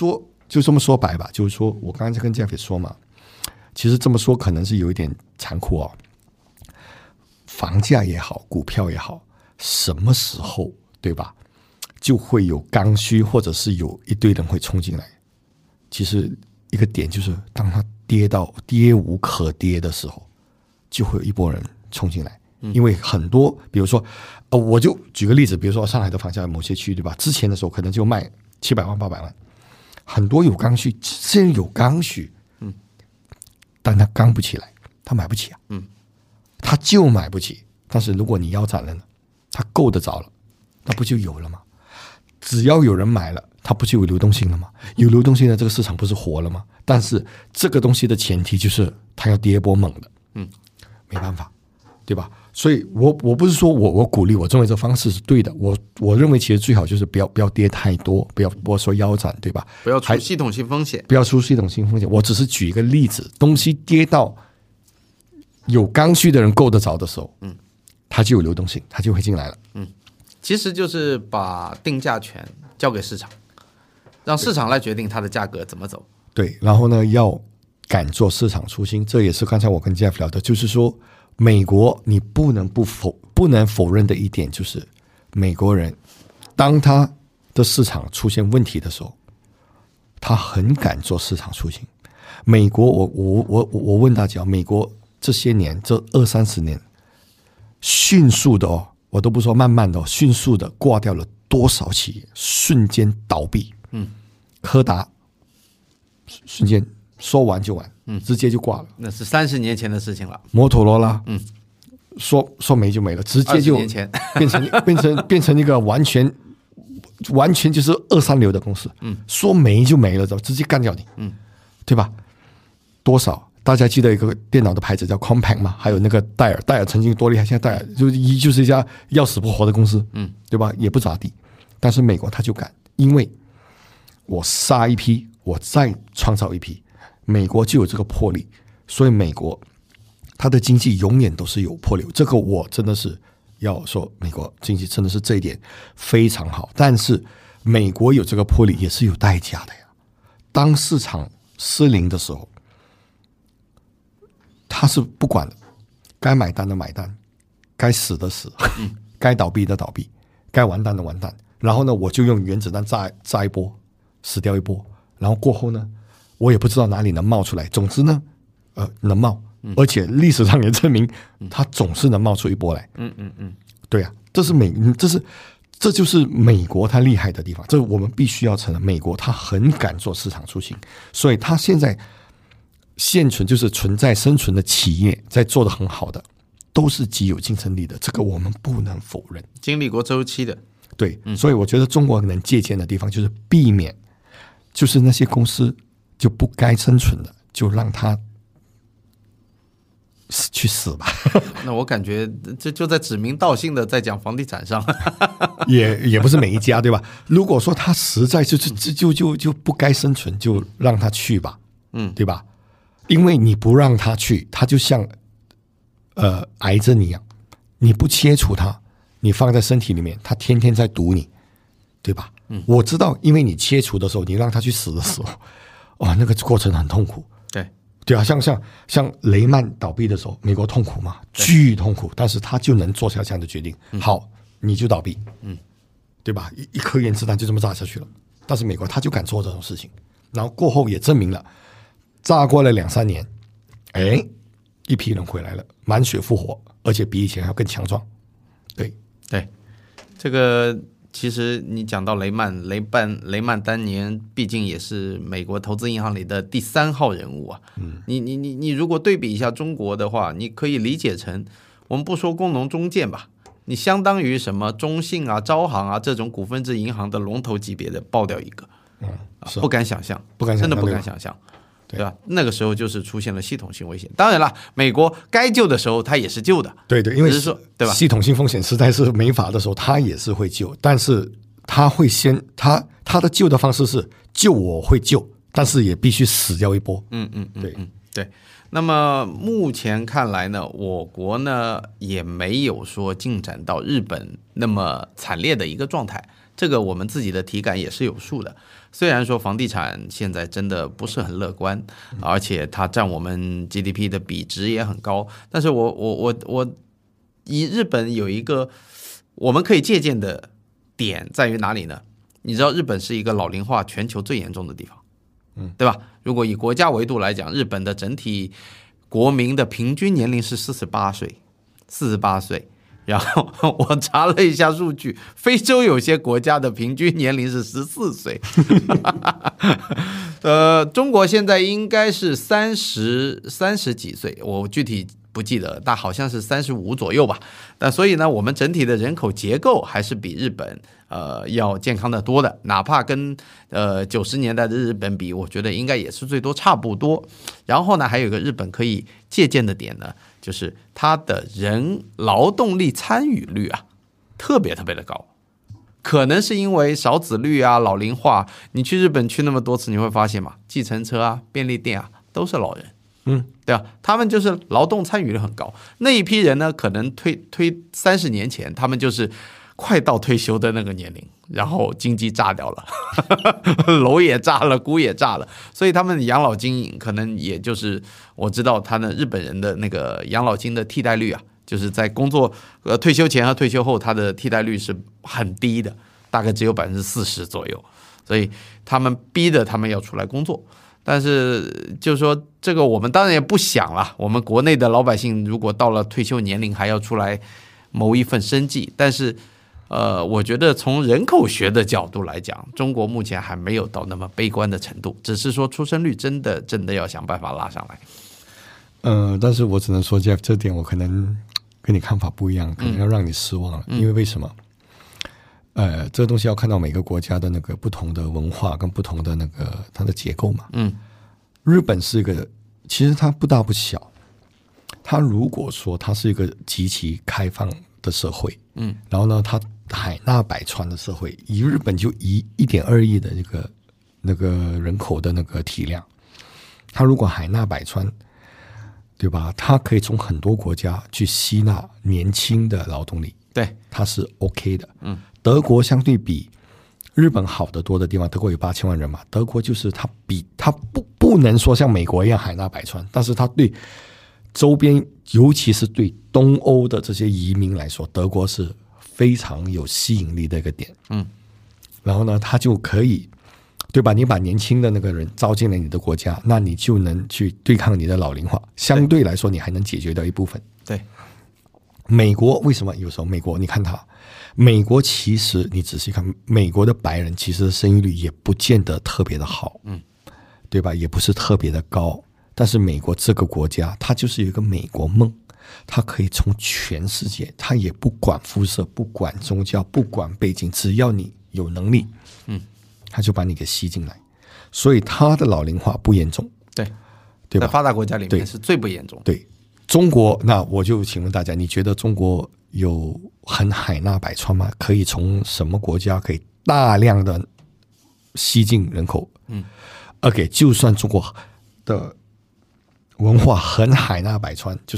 就这么说白吧，就是说我刚才跟 Jeff 也说嘛，其实这么说可能是有一点残酷哦。房价也好，股票也好，什么时候对吧，就会有刚需，或者是有一堆人会冲进来。其实一个点就是，当它跌到跌无可跌的时候，就会有一波人冲进来。因为很多，比如说，我就举个例子，比如说上海的房价某些区，对吧？之前的时候可能就卖700万、800万，很多有刚需，现在有刚需，但他刚不起来，他买不起啊，他就买不起。但是如果你腰斩了呢，他够得着了，那不就有了吗？只要有人买了，它不就有流动性了吗？有流动性的这个市场不是活了吗？但是这个东西的前提就是它要跌一波猛的，没办法，对吧？所以我不是说我鼓励，我认为这方式是对的。我认为其实最好就是不要跌太多，不要说腰斩，对吧？ 不要出系统性风险， 不要出系统性风险。我只是举一个例子，东西跌到有刚需的人够得着的时候，它就有流动性，它就会进来了。 其实就是把定价权交给市场，让市场来决定它的价格怎么走。 对，然后呢，要敢做市场初心，这也是刚才我跟 Jeff 聊的，就是说。美国，你不能否认的一点就是，美国人当他的市场出现问题的时候，他很敢做市场初心。美国，我问大家，美国这些年这20-30年，迅速的我都不说慢慢的迅速的挂掉了多少企业，瞬间倒闭。柯达瞬间说完就完。直接就挂了， 那是30年前的事情了。 摩托罗拉，说没就没了，直接就变成一个完全就是2-3流的公司。说没就没了，直接干掉你。对吧？多少大家记得一个电脑的牌子叫 Compaq 嘛？还有那个戴尔曾经多厉害，现在戴尔就是一家要死不活的公司。对吧？也不咋地。但是美国他就敢，因为我杀一批，我再创造一批。美国就有这个魄力，所以美国它的经济永远都是有魄力。这个我真的是要说，美国经济真的是这一点非常好。但是美国有这个魄力也是有代价的呀。当市场失灵的时候，他是不管的，该买单的买单，该死的死，该倒闭的倒闭，该完蛋的完蛋。然后呢，我就用原子弹炸一波，死掉一波，然后过后呢，我也不知道哪里能冒出来。总之呢，能冒，而且历史上也证明，它总是能冒出一波来。对啊，这就是美国它厉害的地方。这我们必须要承认，美国它很敢做市场出行，所以它现在现存就是存在生存的企业，在做得很好的，都是极有竞争力的。这个我们不能否认， 经历过周期的。 对，所以我觉得中国能借鉴的地方就是避免，就是那些公司就不该生存的，就让它去死吧。 那我感觉这就在指名道姓的在讲房地产上。 也不是每一家，对吧？如果说他实在就不该生存，就让他去吧，对吧？因为你不让他去，他就像癌症一样，你不切除它，你放在身体里面，它天天在毒你，对吧？我知道，因为你切除的时候，你让它去死的时候，哇，那个过程很痛苦。对啊，像雷曼倒闭的时候，美国痛苦嘛，巨痛苦，但是他就能做下这样的决定。好，你就倒闭，对吧？一颗原子弹就这么炸下去了。但是美国他就敢做这种事情，然后过后也证明了，炸过了2-3年，一批人回来了，满血复活，而且比以前还要更强壮。对， 这个其实你讲到雷曼当年毕竟也是美国投资银行里的第3号人物啊。你如果对比一下中国的话，你可以理解成，我们不说工农中建吧，你相当于什么中信啊、招行啊这种股份制银行的龙头级别的爆掉一个，不敢想象，真的不敢想象。对吧？那个时候就是出现了系统性危险。当然了，美国该救的时候它也是救的。 对，因为只是说，对吧？ 系统性风险实在是没法的时候，它也是会救，但是它会先他的救的方式是救我会救，但是也必须死掉一波。 对，那么目前看来呢，我国呢也没有说进展到日本那么惨烈的一个状态，这个我们自己的体感也是有数的。虽然说房地产现在真的不是很乐观，而且它占我们 GDP 的比值也很高，但是我以日本有一个我们可以借鉴的点在于哪里呢？你知道日本是一个老龄化全球最严重的地方，对吧？如果以国家维度来讲，日本的整体国民的平均年龄是48岁。然后我查了一下数据，非洲有些国家的平均年龄是14岁。中国现在应该是30几岁，我具体不记得，但好像是35左右吧。那所以呢，我们整体的人口结构还是比日本要健康的多的，哪怕跟90年代的日本比，我觉得应该也是最多差不多。然后呢，还有一个日本可以借鉴的点呢，就是它的劳动力参与率啊，特别的高。可能是因为少子率啊、老龄化，你去日本去那么多次，你会发现嘛，计程车啊、便利店啊都是老人，对吧？他们就是劳动参与率很高。那一批人呢，可能推30年前，他们就是快到退休的那个年龄，然后经济炸掉了，楼也炸了，股也炸了，所以他们养老金可能也就是我知道他的日本人的那个养老金的替代率啊，就是在工作退休前和退休后，他的替代率是很低的，大概只有40%左右，所以他们逼着他们要出来工作。但是就是说这个我们当然也不想了，我们国内的老百姓如果到了退休年龄还要出来谋一份生计，但是我觉得从人口学的角度来讲，中国目前还没有到那么悲观的程度，只是说出生率真的要想办法拉上来。 但是我只能说 Jeff 这点我可能跟你看法不一样，可能要让你失望了，因为为什么？这个东西要看到每个国家的那个不同的文化跟不同的那个它的结构嘛。日本是一个，其实它不大不小，它如果说它是一个极其开放的社会，然后呢，它海纳百川的社会，以日本就1.2亿的那个人口的那个体量，它如果海纳百川，对吧？它可以从很多国家去吸纳年轻的劳动力， 对， 它是 OK 的。德国相对比日本好得多的地方，德国有8000万人嘛，德国就是它不能说像美国一样海纳百川，但是它对周边，尤其是对东欧的这些移民来说，德国是非常有吸引力的一个点。然后呢，它就可以，对吧？你把年轻的那个人招进了你的国家，那你就能去对抗你的老龄化，相对来说你还能解决掉一部分。 对， 美国为什么有时候美国你看它，美国其实你仔细看，美国的白人其实生育率也不见得特别的好，对吧？也不是特别的高，但是美国这个国家它就是有一个美国梦，它可以从全世界，它也不管肤色，不管宗教，不管背景，只要你有能力，它就把你给吸进来，所以它的老龄化不严重， 对吧？ 在发达国家里面是最不严重的。 对，中国，那我就请问大家，你觉得中国有很海纳百川吗？可以从什么国家可以大量的吸进人口？OK， 就算中国的文化很海纳百川，就是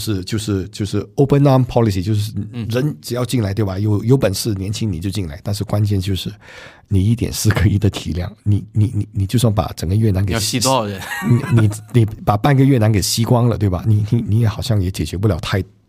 open arm policy， 就是人只要进来，对吧？有本事年轻你就进来，但是关键就是你1.4个亿的体量，你就算把整个越南给要吸多少人？ 你把半个越南给吸光了，对吧？你也好像也解决不了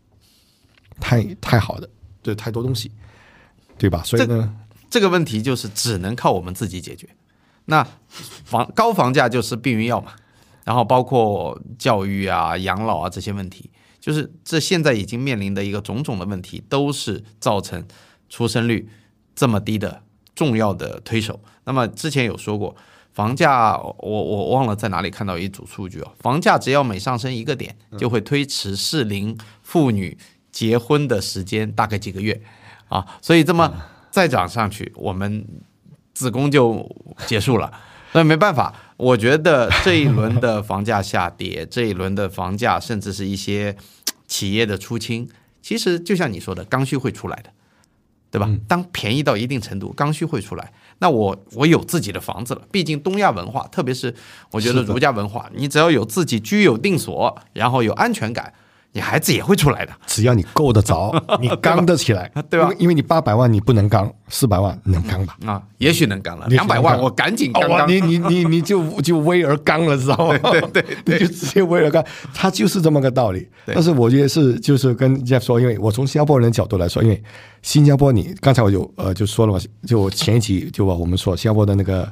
太好的，对，太多东西，对吧？所以呢， 这个问题就是只能靠我们自己解决。那高房价就是避孕药嘛。然后包括教育啊、养老啊这些问题，就是这现在已经面临的一个种种的问题，都是造成出生率这么低的重要的推手。那么之前有说过，房价我忘了在哪里看到一组数据房价只要每上升1个点，就会推迟适龄妇女结婚的时间大概几个月啊，所以这么再涨上去，我们子宫就结束了。所以没办法，我觉得这一轮的房价下跌，这一轮的房价甚至是一些企业的出清，其实就像你说的，刚需会出来的。 对吧？当便宜到一定程度，刚需会出来。那我有自己的房子了，毕竟东亚文化，特别是我觉得儒家文化，你只要有自己居有定所，然后有安全感，你孩子也会出来的。 只要你够得着，你刚得起来， 对吧？ 因为你800万你不能刚，400万能刚吧？ 啊，也许能刚了，200万我赶紧刚刚。 你就微而刚了，知道吗？ 对， 你就直接微而刚，它就是这么个道理。但是我觉得就是跟 Jeff 说，因为我从新加坡人的角度来说，因为新加坡你刚才我就说了嘛，就前一集就我们说新加坡的那个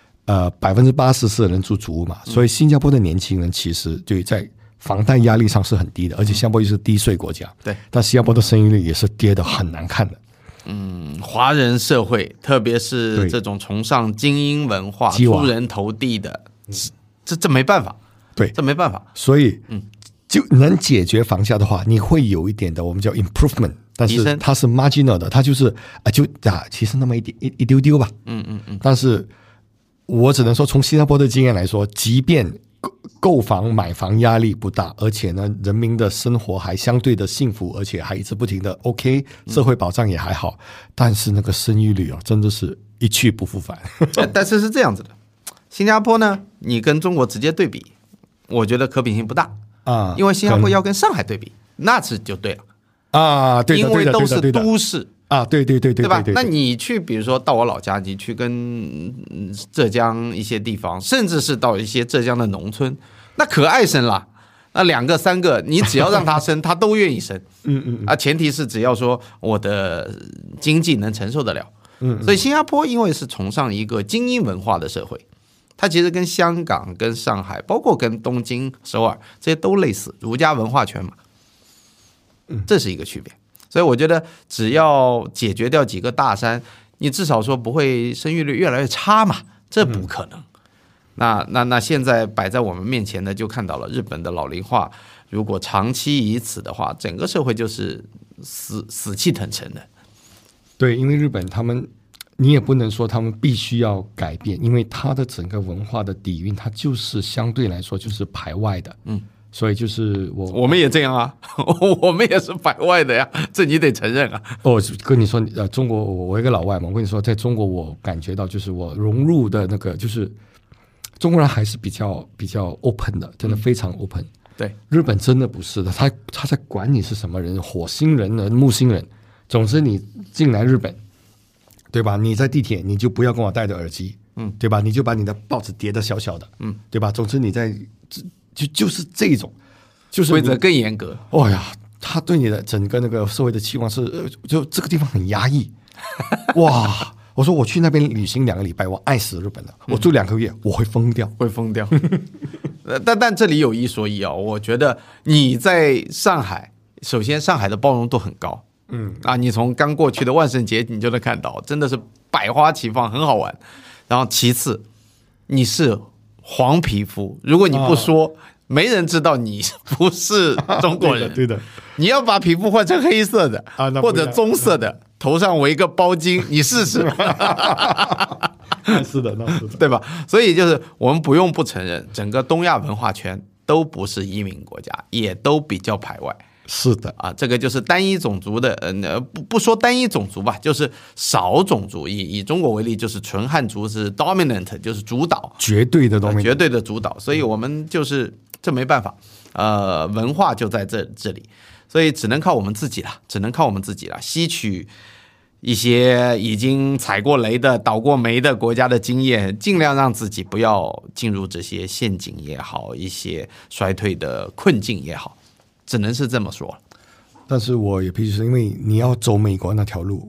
80%是人住祖屋嘛，所以新加坡的年轻人其实就在房贷压力上是很低的，而且新加坡又是低税国家， 对， 但新加坡的生育率也是跌得很难看的。 华人社会，特别是这种崇尚精英文化、出人头地的，这没办法， 对， 这没办法。 所以，就能解决房价的话，你会有一点的，我们叫 improvement， 但是它是 marginal 的，它就是其实那么一丢丢吧。但是我只能说，从新加坡的经验来说，即便购房买房压力不大，而且呢，人民的生活还相对的幸福，而且还一直不停的 OK， 社会保障也还好，但是那个生育率真的是一去不复返。 但是是这样子的，新加坡呢，你跟中国直接对比，我觉得可比性不大啊，因为新加坡要跟上海对比，那是就对了啊，对的， 因为都是都市。 啊，对吧？那你去，比如说到我老家，你去跟浙江一些地方，甚至是到一些浙江的农村，那可爱生了，那2个3个，你只要让他生，他都愿意生。前提是只要说我的经济能承受得了。所以新加坡因为是崇尚一个精英文化的社会，它其实跟香港、跟上海，包括跟东京、首尔这些都类似，儒家文化圈嘛，这是一个区别。所以我觉得只要解决掉几个大山，你至少说不会生育率越来越差嘛，这不可能。那现在摆在我们面前的就看到了日本的老龄化，如果长期以此的话，整个社会就是死气腾腾的。 对，因为日本他们，你也不能说他们必须要改变，因为它的整个文化的底蕴，它就是相对来说就是排外的。所以就是我们也这样啊，我们也是排外的呀，这你得承认啊。 跟你说，中国我一个老外嘛，我跟你说，在中国我感觉到就是我融入的那个，就是中国人还是比较 open 的，真的非常 open。 对， 日本真的不是的，他在管你是什么人，火星人、木星人，总之你进来日本，对吧？你在地铁你就不要跟我戴着耳机，对吧？你就把你的报纸叠得小小的，对吧？总之你在。就是这种，就是规则更严格。 哦呀，他对你的整个那个社会的期望是，就这个地方很压抑。哇！我说我去那边旅行2个礼拜，我爱死日本了。我住2个月，我会疯掉， 会疯掉。但这里有一说一啊，我觉得你在上海，首先上海的包容度很高。你从刚过去的万圣节你就能看到，真的是百花齐放，很好玩。然后其次，你是黄皮肤，如果你不说，没人知道你不是中国人。 对的， 你要把皮肤换成黑色的或者棕色的，头上围个包巾，你试试。 那是的， 对吧？所以就是我们不用不承认，整个东亚文化圈都不是移民国家，也都比较排外。 是的这个就是单一种族的，不说单一种族吧，就是少种族。以中国为例，就是纯汉族是 dominant， 就是主导， 绝对的 dominant， 绝对的主导。所以我们就是这没办法，文化就在这里，所以只能靠我们自己了，吸取一些已经踩过雷的、倒过霉的国家的经验，尽量让自己不要进入这些陷阱也好，一些衰退的困境也好。只能是这么说， 但是我也必须说，因为你要走美国那条路，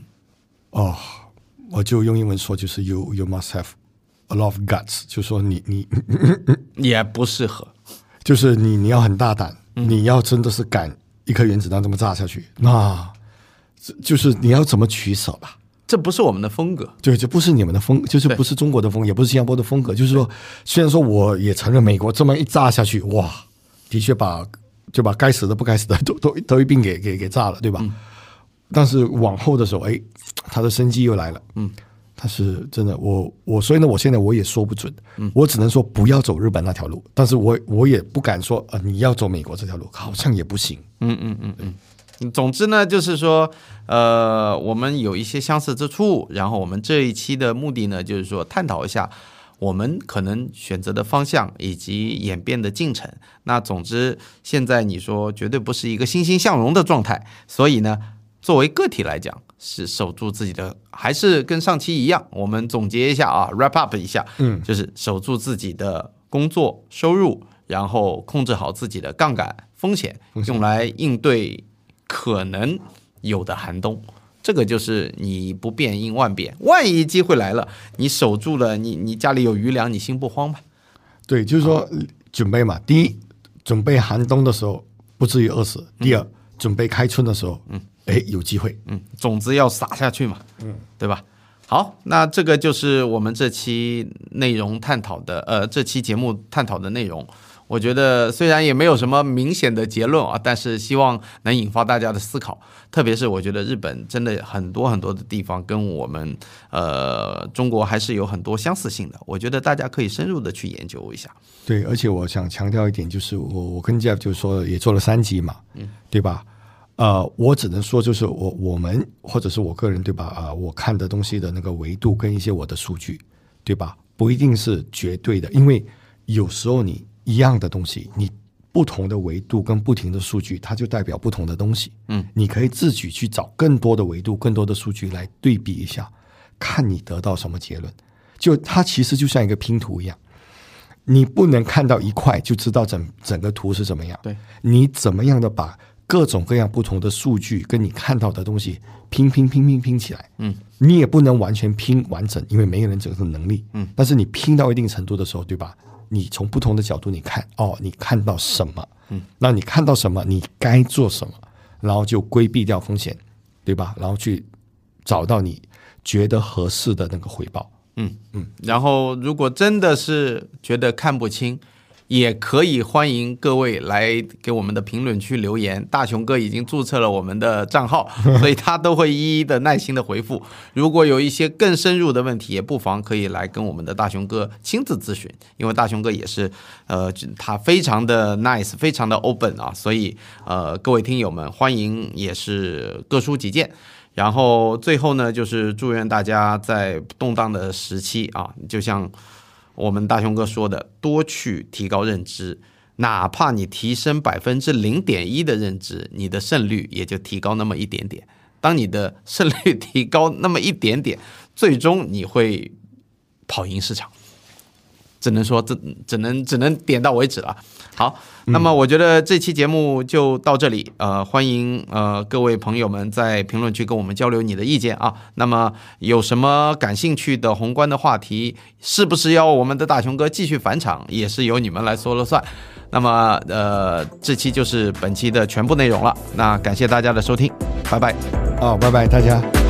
我就用英文说，就是 you must have a lot of guts， 就说你也不适合， 就是你要很大胆，你要真的是敢一颗原子弹这么炸下去，那就是你要怎么取舍吧。 这不是我们的风格， 对，这不是你们的风，就是不是中国的风，也不是新加坡的风格。就是说，虽然说我也承认美国这么一炸下去，哇，的确就把该死的不该死的都一并给炸了，对吧？但是往后的时候，他的生机又来了。但是真的，所以呢，我现在我也说不准，我只能说不要走日本那条路，但是我也不敢说你要走美国这条路，好像也不行。 总之呢，就是说，我们有一些相似之处，然后我们这一期的目的呢，就是说探讨一下我们可能选择的方向以及演变的进程。那总之，现在你说绝对不是一个欣欣向荣的状态，所以呢，作为个体来讲，是守住自己的，还是跟上期一样，我们总结一下啊 ，wrap up 一下，就是守住自己的工作收入，然后控制好自己的杠杆风险，用来应对可能有的寒冬。这个就是你不变应万变，万一机会来了，你守住了，你家里有余粮，你心不慌吧？ 对，就是说准备嘛。第一，准备寒冬的时候不至于饿死；第二，准备开春的时候，有机会。 种子要撒下去嘛，对吧？好，那这个就是我们这期内容探讨的，这期节目探讨的内容。我觉得虽然也没有什么明显的结论啊，但是希望能引发大家的思考。特别是我觉得日本真的很多很多的地方跟我们中国还是有很多相似性的，我觉得大家可以深入的去研究一下。 对，而且我想强调一点，就是我跟 Jeff 就说也做了3集嘛，对吧？我只能说就是我们或者是我个人对吧？我看的东西的那个维度跟一些我的数据，对吧？不一定是绝对的，因为有时候你一样的东西，你不同的维度跟不停的数据，它就代表不同的东西。你可以自己去找更多的维度、更多的数据来对比一下，看你得到什么结论。就它其实就像一个拼图一样，你不能看到一块就知道整个图是怎么样。 对， 你怎么样的把各种各样不同的数据跟你看到的东西拼起来。你也不能完全拼完整，因为没有人有这个能力。但是你拼到一定程度的时候，对吧？你从不同的角度你看，你看到什么？那你看到什么？你该做什么？然后就规避掉风险，对吧？然后去找到你觉得合适的那个回报。 然后如果真的是觉得看不清，也可以欢迎各位来给我们的评论区留言，大雄哥已经注册了我们的账号，所以他都会一一的耐心的回复。如果有一些更深入的问题，也不妨可以来跟我们的大雄哥亲自咨询，因为大雄哥也是他非常的 nice， 非常的 open 啊，所以各位听友们欢迎也是各抒己见。然后最后呢，就是祝愿大家在动荡的时期啊，就像我们大雄哥说的，多去提高认知，哪怕你提升0.1%的认知，你的胜率也就提高那么一点点。当你的胜率提高那么一点点，最终你会跑赢市场。只能说只能点到为止了。好，那么我觉得这期节目就到这里，欢迎各位朋友们在评论区跟我们交流你的意见啊。那么有什么感兴趣的宏观的话题，是不是要我们的大雄哥继续返场，也是由你们来说了算。那么这期就是本期的全部内容了，那感谢大家的收听，拜拜。 拜拜大家。